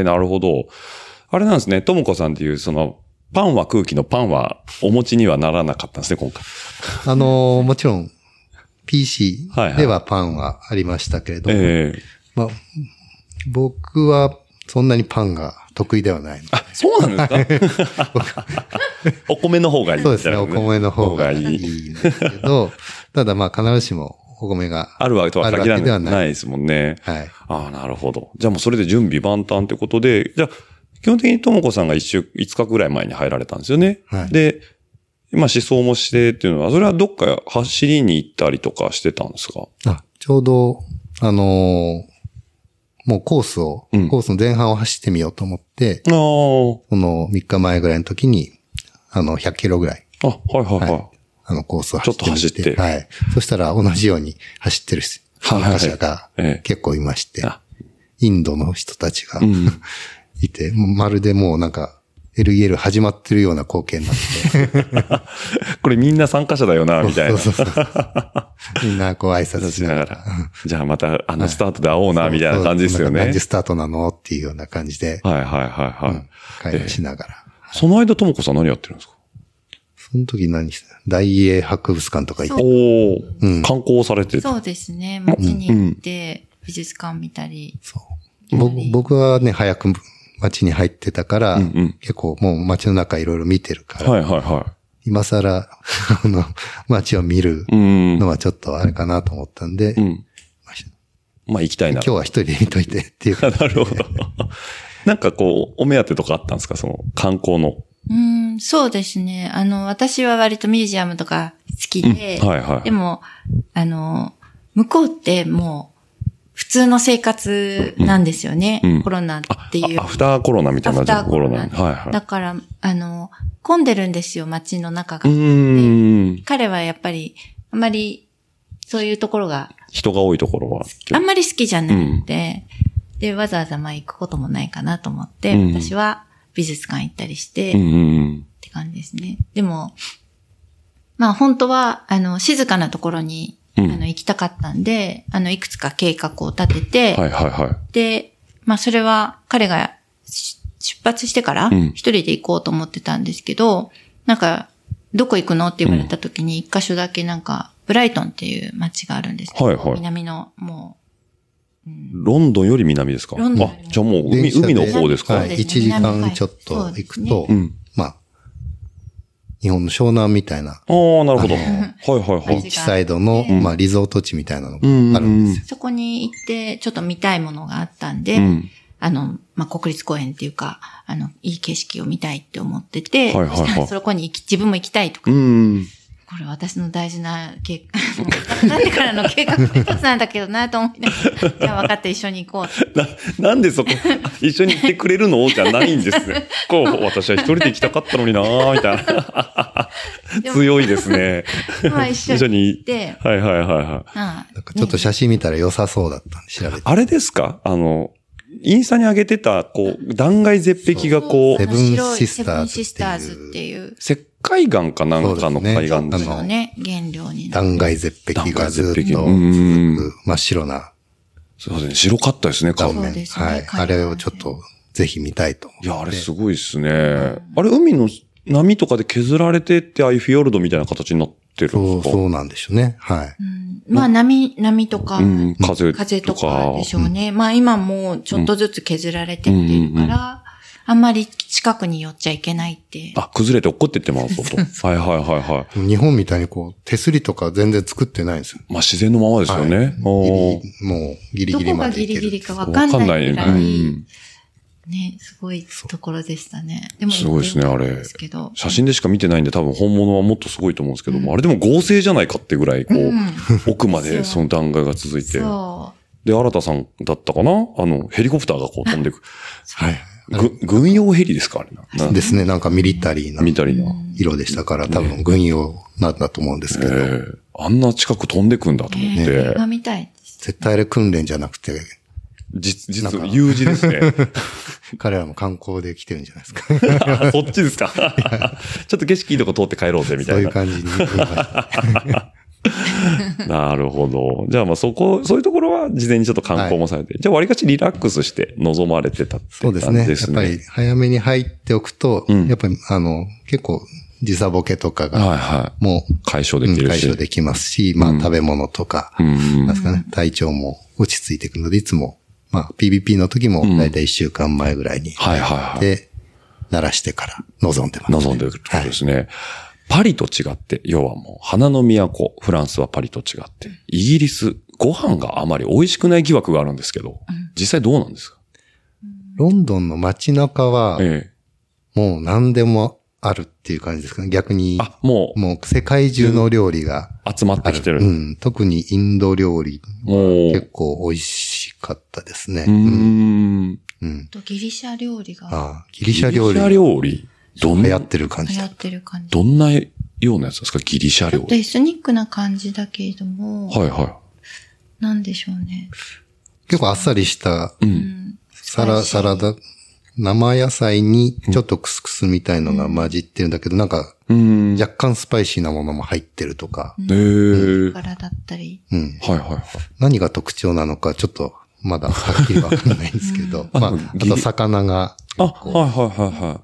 なるほど。あれなんですね、ともこさんっていう、パンは空気のパンはお持ちにはならなかったんですね、今回。 もちろん、PC ではパンはありましたけれども、僕はそんなにパンが得意ではないので。 そうなんですか？お米の方がいい。 そうですね、お米の方がいいんですけど、ただ必ずしもお米があるわけとは限らないですもんね。 はい。 ああ、なるほど。じゃあもうそれで準備万端ってことで、じゃあ、基本的にともこさんが5日ぐらい前に入られたんですよね。 はい。 で、思想もしてっていうのは、それはどっか走りに行ったりとかしてたんですか？ ちょうど、もうコースの前半を走ってみようと思って、その3日前ぐらいの時に、100キロぐらい。 はいはい。 コースを走ってみて。ちょっと走って。はい。そしたら同じように走ってる参加者が結構いまして、インドの人たちがいて、まるでもうなんか、LEL 始まってるような光景になって。 これみんな参加者だよな、みたいな。 そう。みんなこう挨拶しながら。 じゃあまたスタートで会おうな、みたいな感じですよね。 何時スタートなのっていうような感じで。会話しながら。 その間、ともこさん何やってるんですか？ その時何してた？大英博物館とか行って。 観光されてそうですね。街に行って、美術館見たり。 そう。僕はね、早く街に入ってたから、結構もう街の中いろいろ見てるから、今更、街を見るのはちょっとあれかなと思ったんで、 まあ行きたいな。 今日は一人で見といてっていう。 なるほど。なんかこう、お目当てとかあったんですか？その観光の。 そうですね。私は割とミュージアムとか好きで、でも、向こうってもう、普通の生活なんですよね。コロナっていう。 アフターコロナみたいなコロナ。 だから、混んでるんですよ、街の中が。彼はやっぱり、あんまり、そういうところが。 人が多いところは。 あんまり好きじゃないので、で、わざわざ行くこともないかなと思って、私は美術館行ったりして、って感じですね。でも、まあ本当は、静かなところに、行きたかったんで、いくつか計画を立てて、で、まあそれは彼が出発してから一人で行こうと思ってたんですけど、なんか、どこ行くのって言われた時に一箇所だけなんか、ブライトンっていう街があるんですけど、南のもう、 ロンドンより南ですか？じゃあもう海の方ですか ？1時間ちょっと行くと、まあ、日本の湘南みたいな。 なるほど。ビーチサイドの、まあ、リゾート地みたいなのがあるんですよ。 そこに行って、ちょっと見たいものがあったんで、まあ、国立公園っていうか、いい景色を見たいって思ってて、そこに自分も行きたいとか。これ私の大事ななってからの計画の一つなんだけどなと思いながら、じゃあ分かった、一緒に行こう。なんでそこ、一緒に行ってくれるのじゃないんですね。私は一人で行きたかったのになーみたいな。強いですね。 まあ一緒に行って。 なんかちょっと写真見たら良さそうだったんで調べて。 あれですか？インスタに上げてた、断崖絶壁がセブンシスターズっていう。 石灰岩かなんかの海岸ですね。原料に。 断崖絶壁がずっと真っ白な。 そうですね。白かったですね、顔面。 はい。あれをちょっとぜひ見たいと思って。 いや、あれすごいですね。あれ、海の波とかで削られてって、ああいうフィヨルドみたいな形になってるんですか？ そうなんでしょうね。はい。 まあ波とか、風とかでしょうね。まあ今もちょっとずつ削られてってるから、あんまり近くに寄っちゃいけないって。 崩れて落っこってってますと。 日本みたいに手すりとか全然作ってないんですよ。 まあ自然のままですよね。 もうギリギリまで。 どこがギリギリかわかんないぐらい。ね、すごいところでしたね。でもすごいですね、あれ。写真でしか見てないんで多分本物はもっとすごいと思うんですけども、あれでも合成じゃないかってぐらい、奥までその断崖が続いて。で、新田さんだったかな？ヘリコプターが飛んでいく。はい。軍用ヘリですか？あれですね、なんかミリタリーな色でしたから、多分軍用なんだと思うんですけど。 あんな近く飛んでくんだと思って。 見たい。 絶対あれ訓練じゃなくて、 実は有事ですね。 彼らも観光で来てるんじゃないですか。 そっちですか。ちょっと景色いいとこ通って帰ろうぜ、みたいな。 そういう感じに見えました。 なるほど。じゃあまあそういうところは事前にちょっと観光もされて、じゃあ割かしリラックスして臨まれてたって感じですね。 そうですね。やっぱり早めに入っておくと、やっぱり結構時差ボケとかが、もう解消できるし。 解消できますし、まあ食べ物とか、なんですかね、体調も落ち着いていくので、いつも、まあ PVP の時もだいたい1週間前ぐらいに、で、慣らしてから臨んでます。 臨んでるってことですね。 パリと違って、要はもう花の都、フランスはパリと違って、イギリス、ご飯があまり美味しくない疑惑があるんですけど、実際どうなんですか？ ロンドンの街中は、もう何でもあるっていう感じですかね。逆に、もう世界中の料理が集まってきてる。 特にインド料理は結構美味しかったですね。 ギリシャ料理が。 ギリシャ料理。 ギリシャ料理流行ってる感じ。 流行ってる感じ。 どんなようなやつですか？ギリシャ料理。 ちょっとエスニックな感じだけれども。 はいはい。 なんでしょうね。 結構あっさりした、サラダ、生野菜にちょっとクスクスみたいのが混じってるんだけど、なんか、若干スパイシーなものも入ってるとか。 からだったり。 はいはいはい。 何が特徴なのかちょっとまだはっきりわかんないんですけど。あと魚が。 はいはいはいはい。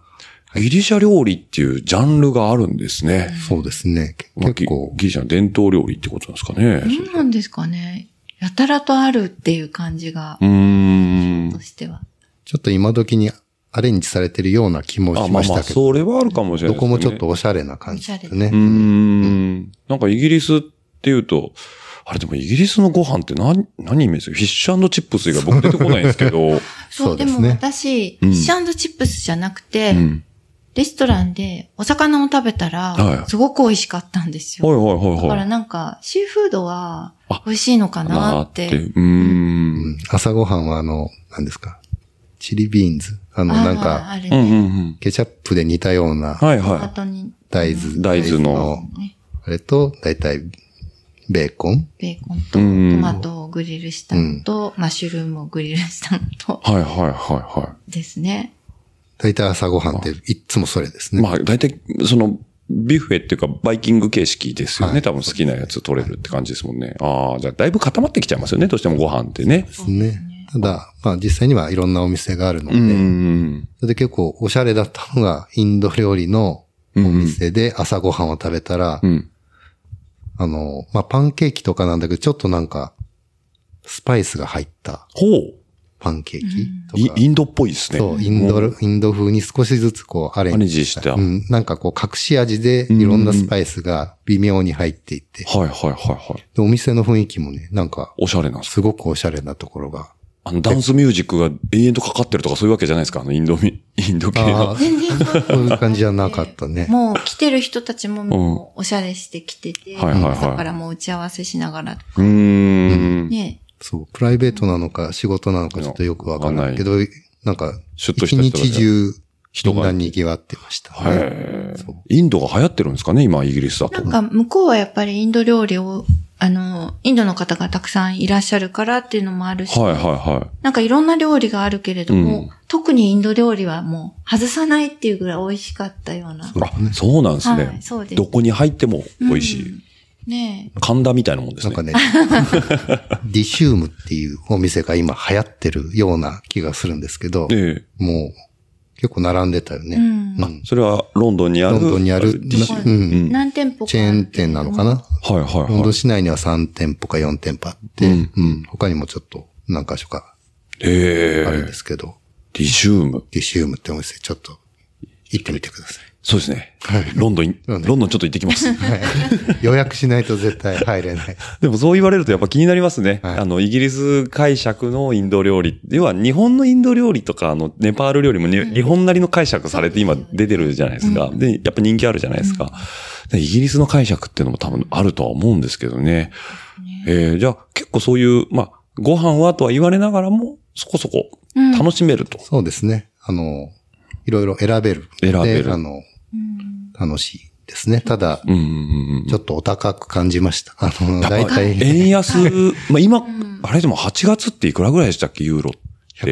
ギリシャ料理っていうジャンルがあるんですね。 そうですね。結構。 ギリシャの伝統料理ってことなんですかね。 そうなんですかね。やたらとあるっていう感じが。としては。 ちょっと今時にアレンジされてるような気もしましたけど。 それはあるかもしれないですね。 どこもちょっとおしゃれな感じですね。 なんかイギリスっていうと、あれでもイギリスのご飯って何イメージ？フィッシュ&チップス以外僕出てこないんですけど。 そう、でも私、フィッシュ&チップスじゃなくて、レストランでお魚を食べたら、すごく美味しかったんですよ。だからなんか、シーフードは美味しいのかなって。 朝ごはんは何ですか？チリビーンズ。なんか、ケチャップで煮たような、大豆の、あれと、だいたいベーコンと、トマトをグリルしたのと、マッシュルームをグリルしたのと。ですね。 だいたい朝ごはんっていつもそれですね。 まあ、だいたいビュッフェっていうかバイキング形式ですよね。多分好きなやつ取れるって感じですもんね。じゃあだいぶ固まってきちゃいますよね。どうしてもご飯ってね。 ですね。ただ、まあ実際にはいろんなお店があるので、それで結構おしゃれだったのがインド料理のお店で朝ごはんを食べたら、まあパンケーキとかなんだけど、ちょっとなんか、スパイスが入ったパンケーキとか。 インドっぽいですね。 そう、インド風に少しずつこうアレンジした。なんかこう隠し味でいろんなスパイスが微妙に入っていて。で、お店の雰囲気もね、なんか、 おしゃれな。 すごくおしゃれなところが。 ダンスミュージックが永遠とかかってるとかそういうわけじゃないですか？インド系の。 全然そういう感じじゃなかったね。 もう来てる人たちももうおしゃれしてきてて、朝からもう打ち合わせしながら。ね。 そう、プライベートなのか仕事なのかちょっとよくわかんないけど、なんか、一日中みんな賑わってましたね。 インドが流行ってるんですかね、今イギリスだと。 なんか向こうはやっぱりインド料理を、インドの方がたくさんいらっしゃるからっていうのもあるし、なんかいろんな料理があるけれども、特にインド料理はもう外さないっていうぐらい美味しかったような。 そうなんですね。どこに入っても美味しい。 ねえ。 神田みたいなもんですね。 なんかね、ディシュームっていうお店が今流行ってるような気がするんですけど、もう結構並んでたよね。 それはロンドンにある何店舗か。 チェーン店なのかな。ロンドン市内には3店舗か4店舗あって、他にもちょっと何箇所かあるんですけど。 ディシュームってお店ちょっと行ってみてください。 そうですね。ロンドンちょっと行ってきます。 予約しないと絶対入れない。 でもそう言われるとやっぱ気になりますね。イギリス解釈のインド料理。要は日本のインド料理とかネパール料理も日本なりの解釈されて今出てるじゃないですか。で、やっぱ人気あるじゃないですか。イギリスの解釈っていうのも多分あるとは思うんですけどね。じゃあ結構そういう、まあ、ご飯はとは言われながらもそこそこ楽しめると。 そうですね。いろいろ選べる。楽しいですね。ただ、ちょっとお高く感じました。だいたい。 円安、まあ、今、あれでも8月っていくらぐらいでしたっけ、ユーロって。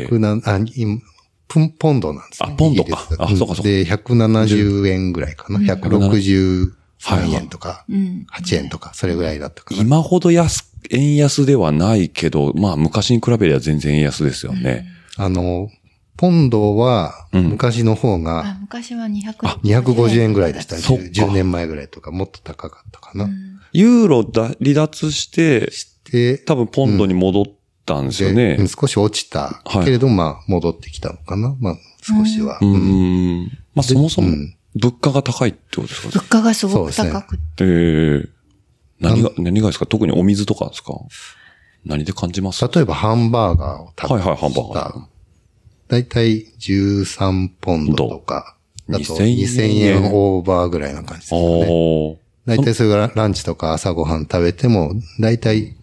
ポンドなんですね。 ポンドか。そうかそうか。 で、170円ぐらいかな。163円とか、8円とか、それぐらいだったかな。 今ほど円安ではないけど、まあ昔に比べれば全然円安ですよね。 ポンドは、昔の方が、 昔は 250円ぐらいでした。10年前ぐらいとか、もっと高かったかな。 ユーロ離脱して、多分ポンドに戻ったんですよね。 少し落ちたけれど、まあ、戻ってきたのかな。まあ、少しは。 まあ、そもそも。 物価が高いってことですか？ 物価がすごく高くて。 何がですか？特にお水とかですか？何で感じます？ 例えばハンバーガーを食べる。 はいはい、ハンバーガー。 だいたい13ポンドとか、だと2000円オーバーぐらいな感じですね。だいたいそれがランチとか朝ごはん食べても、だいたい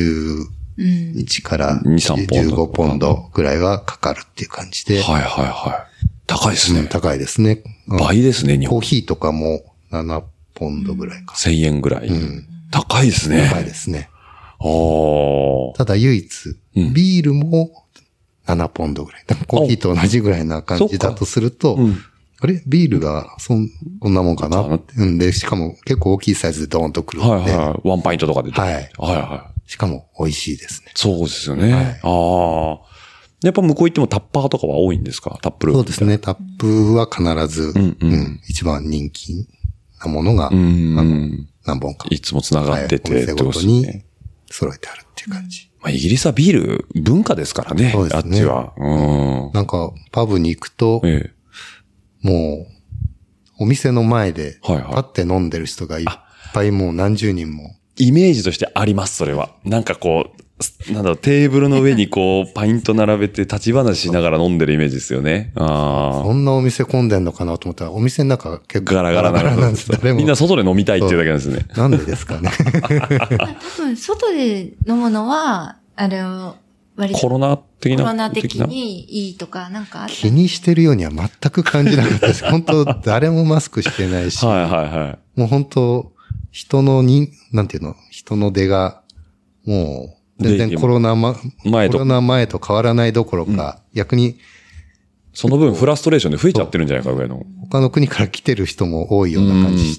11から15ポンドぐらいはかかるっていう感じで。 はいはいはい。高いですね。 高いですね。 倍ですね、日本。 コーヒーとかも7ポンドぐらいか。 1000円ぐらい。高いですね。 高いですね。ただ唯一、ビールも7ポンドぐらい。コーヒーと同じぐらいな感じだとすると、あれビールがこんなもんかなで、しかも結構大きいサイズでドーンとくるので。 はいはい。ワンパイントとかで。 はい。はいはい。しかも美味しいですね。 そうですよね。はい、やっぱ向こう行ってもタッパーとかは多いんですか？タップル。 そうですね。タップは必ず、一番人気なものが、何本か。 いつも繋がってて、 お店ごとに揃えてあるっていう感じ。 イギリスはビール文化ですからね。そうですね。あっちは。 なんか、パブに行くと、もう、お店の前で、パッて飲んでる人がいっぱいもう何十人も。 イメージとしてあります、それは。なんかこう、テーブルの上にこう、パイント並べて立ち話しながら飲んでるイメージですよね。 そんなお店混んでんのかなと思ったら、お店の中結構ガラガラなんです。みんな外で飲みたいっていうだけなんですね。 なんでですかね。 多分、外で飲むのは、割とコロナ的にいいとか、なんかあった。 気にしてるようには全く感じなかったです。本当誰もマスクしてないし。 はいはいはい。 もう本当人の出が、もう、全然コロナ前と変わらないどころか、逆に、 その分フラストレーションで増えちゃってるんじゃないかぐらいの。 他の国から来てる人も多いような感じして、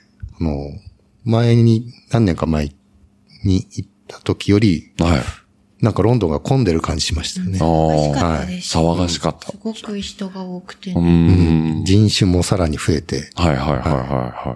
何年か前に行った時より、なんかロンドンが混んでる感じしましたよね。 騒がしかった。 すごく人が多くて、 人種もさらに増えて。 はいはいはいはい。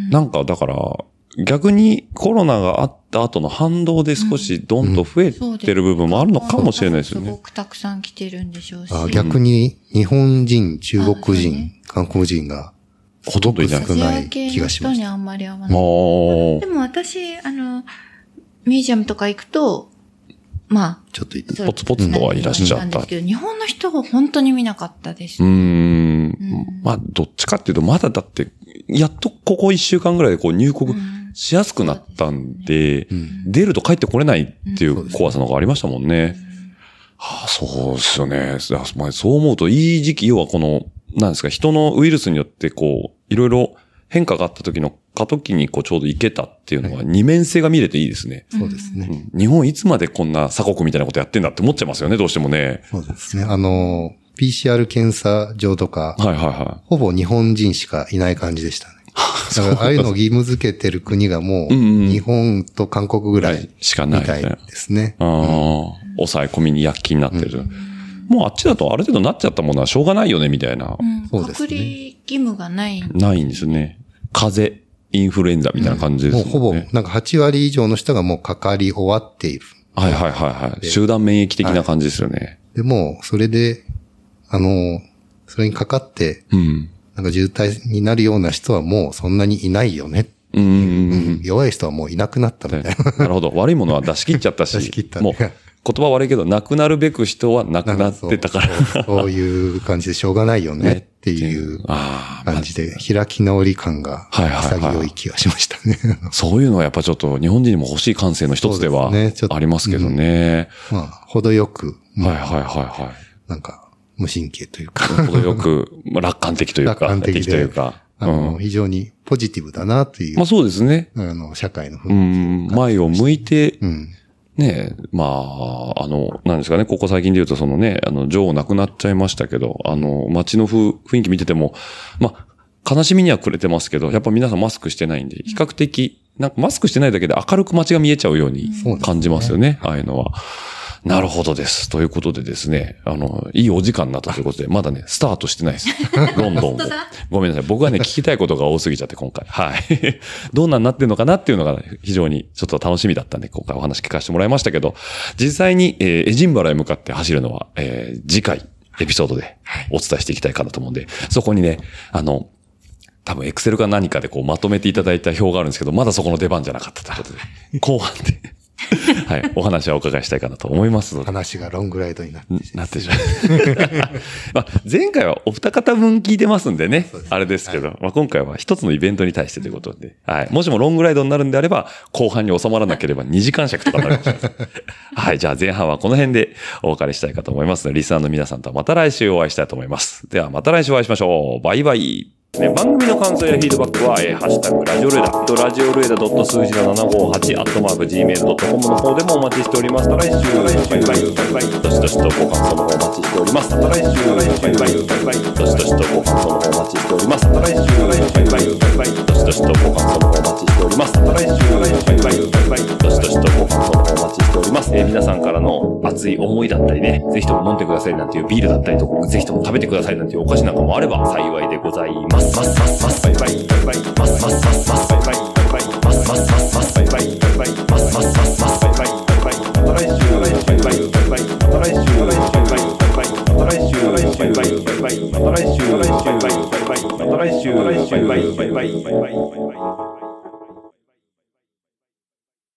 なんかだから、逆にコロナがあった後の反動で少しどんと増えてる部分もあるのかもしれないですよね。 すごくたくさん来てるんでしょうし。 逆に日本人、中国人、韓国人がほとんどいない気がしました。あんまり合わない。でも私、ミュージアムとか行くと、 ちょっとポツポツとはいらっしゃった。 日本の人が本当に見なかったです。 どっちかっていうと、まだだって、やっとここ1週間ぐらいでこう入国しやすくなったんで、出ると帰ってこれないっていう怖さのがありましたもんね。そうですよね。そう思うといい時期、要はこの、なんですか、人のウイルスによってこう、いろいろ変化があった時の過渡期にこうちょうど行けたっていうのが二面性が見れていいですね。 そうですね。 日本いつまでこんな鎖国みたいなことやってんだって思っちゃいますよね、どうしてもね。 そうですね。PCR 検査場とか、ほぼ日本人しかいない感じでしたね。だからああいうのを義務付けてる国がもう、日本と韓国ぐらいしかないみたいですね。 抑え込みに躍起になってる。もうあっちだとある程度なっちゃったものはしょうがないよね、みたいな。 そうですね。隔離義務がない。 ないんですね。風邪、インフルエンザみたいな感じですね。 もうほぼ、なんか8割以上の人がもうかかり終わっている。 集団免疫的な感じですよね。 でも、それで、それにかかって、なんか渋滞になるような人はもうそんなにいないよね。弱い人はもういなくなったみたいな。 なるほど。悪いものは出し切っちゃったし。 出し切った。 もう、言葉悪いけど、亡くなるべく人は亡くなってたから。 そういう感じでしょうがないよねっていう感じで、開き直り感が潔い気がしましたね。 そういうのはやっぱちょっと日本人にも欲しい感性の一つではありますけどね。 程よく。 なんか、無神経というか。 程よく、楽観的というか。 楽観的というか。非常にポジティブだなという。 そうですね。 社会の雰囲気。 前を向いて、ねえ、なんですかね、ここ最近で言うとそのね、女王亡くなっちゃいましたけど、街の雰囲気見てても、悲しみには暮れてますけど、やっぱ皆さんマスクしてないんで、比較的、なんかマスクしてないだけで明るく街が見えちゃうように感じますよね、ああいうのは。なるほどです。ということでですね、いいお時間になったということで、まだね、スタートしてないです。ロンドンを。ごめんなさい。僕はね、聞きたいことが多すぎちゃって、今回。はい。どんなになってんのかなっていうのが非常にちょっと楽しみだったんで、今回お話聞かせてもらいましたけど、実際に、エジンバラへ向かって走るのは、次回エピソードでお伝えしていきたいかなと思うんで、そこにね、 多分エクセルか何かでこうまとめていただいた表があるんですけど、まだそこの出番じゃなかったということで、後半で、はい、お話はお伺いしたいかなと思いますので。 話がロングライドになってしまう。まあ、前回はお二方分聞いてますんでね、あれですけど、まあ、今回は一つのイベントに対してということで、はい。もしもロングライドになるんであれば、後半に収まらなければ2時間尺とかになるかもしれない。はい。じゃあ前半はこの辺でお別れしたいかと思いますので、リスナーの皆さんとはまた来週お会いしたいと思います。ではまた来週お会いしましょう。バイバイ。ね、番組の感想やフィードバックは、ハッシュタグラジオルエダ、ラジオルエダ数字の758、@gmail.com の方でもお待ちしております。来週、バイバイ、バイバイ、どしどしとご感想の方お待ちしております。来週、バイバイ、バイバイ、どしどしとご感想の方お待ちしております。来週、バイバイ、バイバイ、どしどしとご感想の方お待ちしております。来週、バイバイ、バイバイ、どしどしとご感想の方お待ちしております。皆さんからの熱い思いだったりね、ぜひとも飲んでくださいなんていうビールだったりとか、ぜひとも食べてくださいなんていうお菓子なんかもあれば幸いでございます。バイバイ、バイバイ、バイバイ、バイバイ。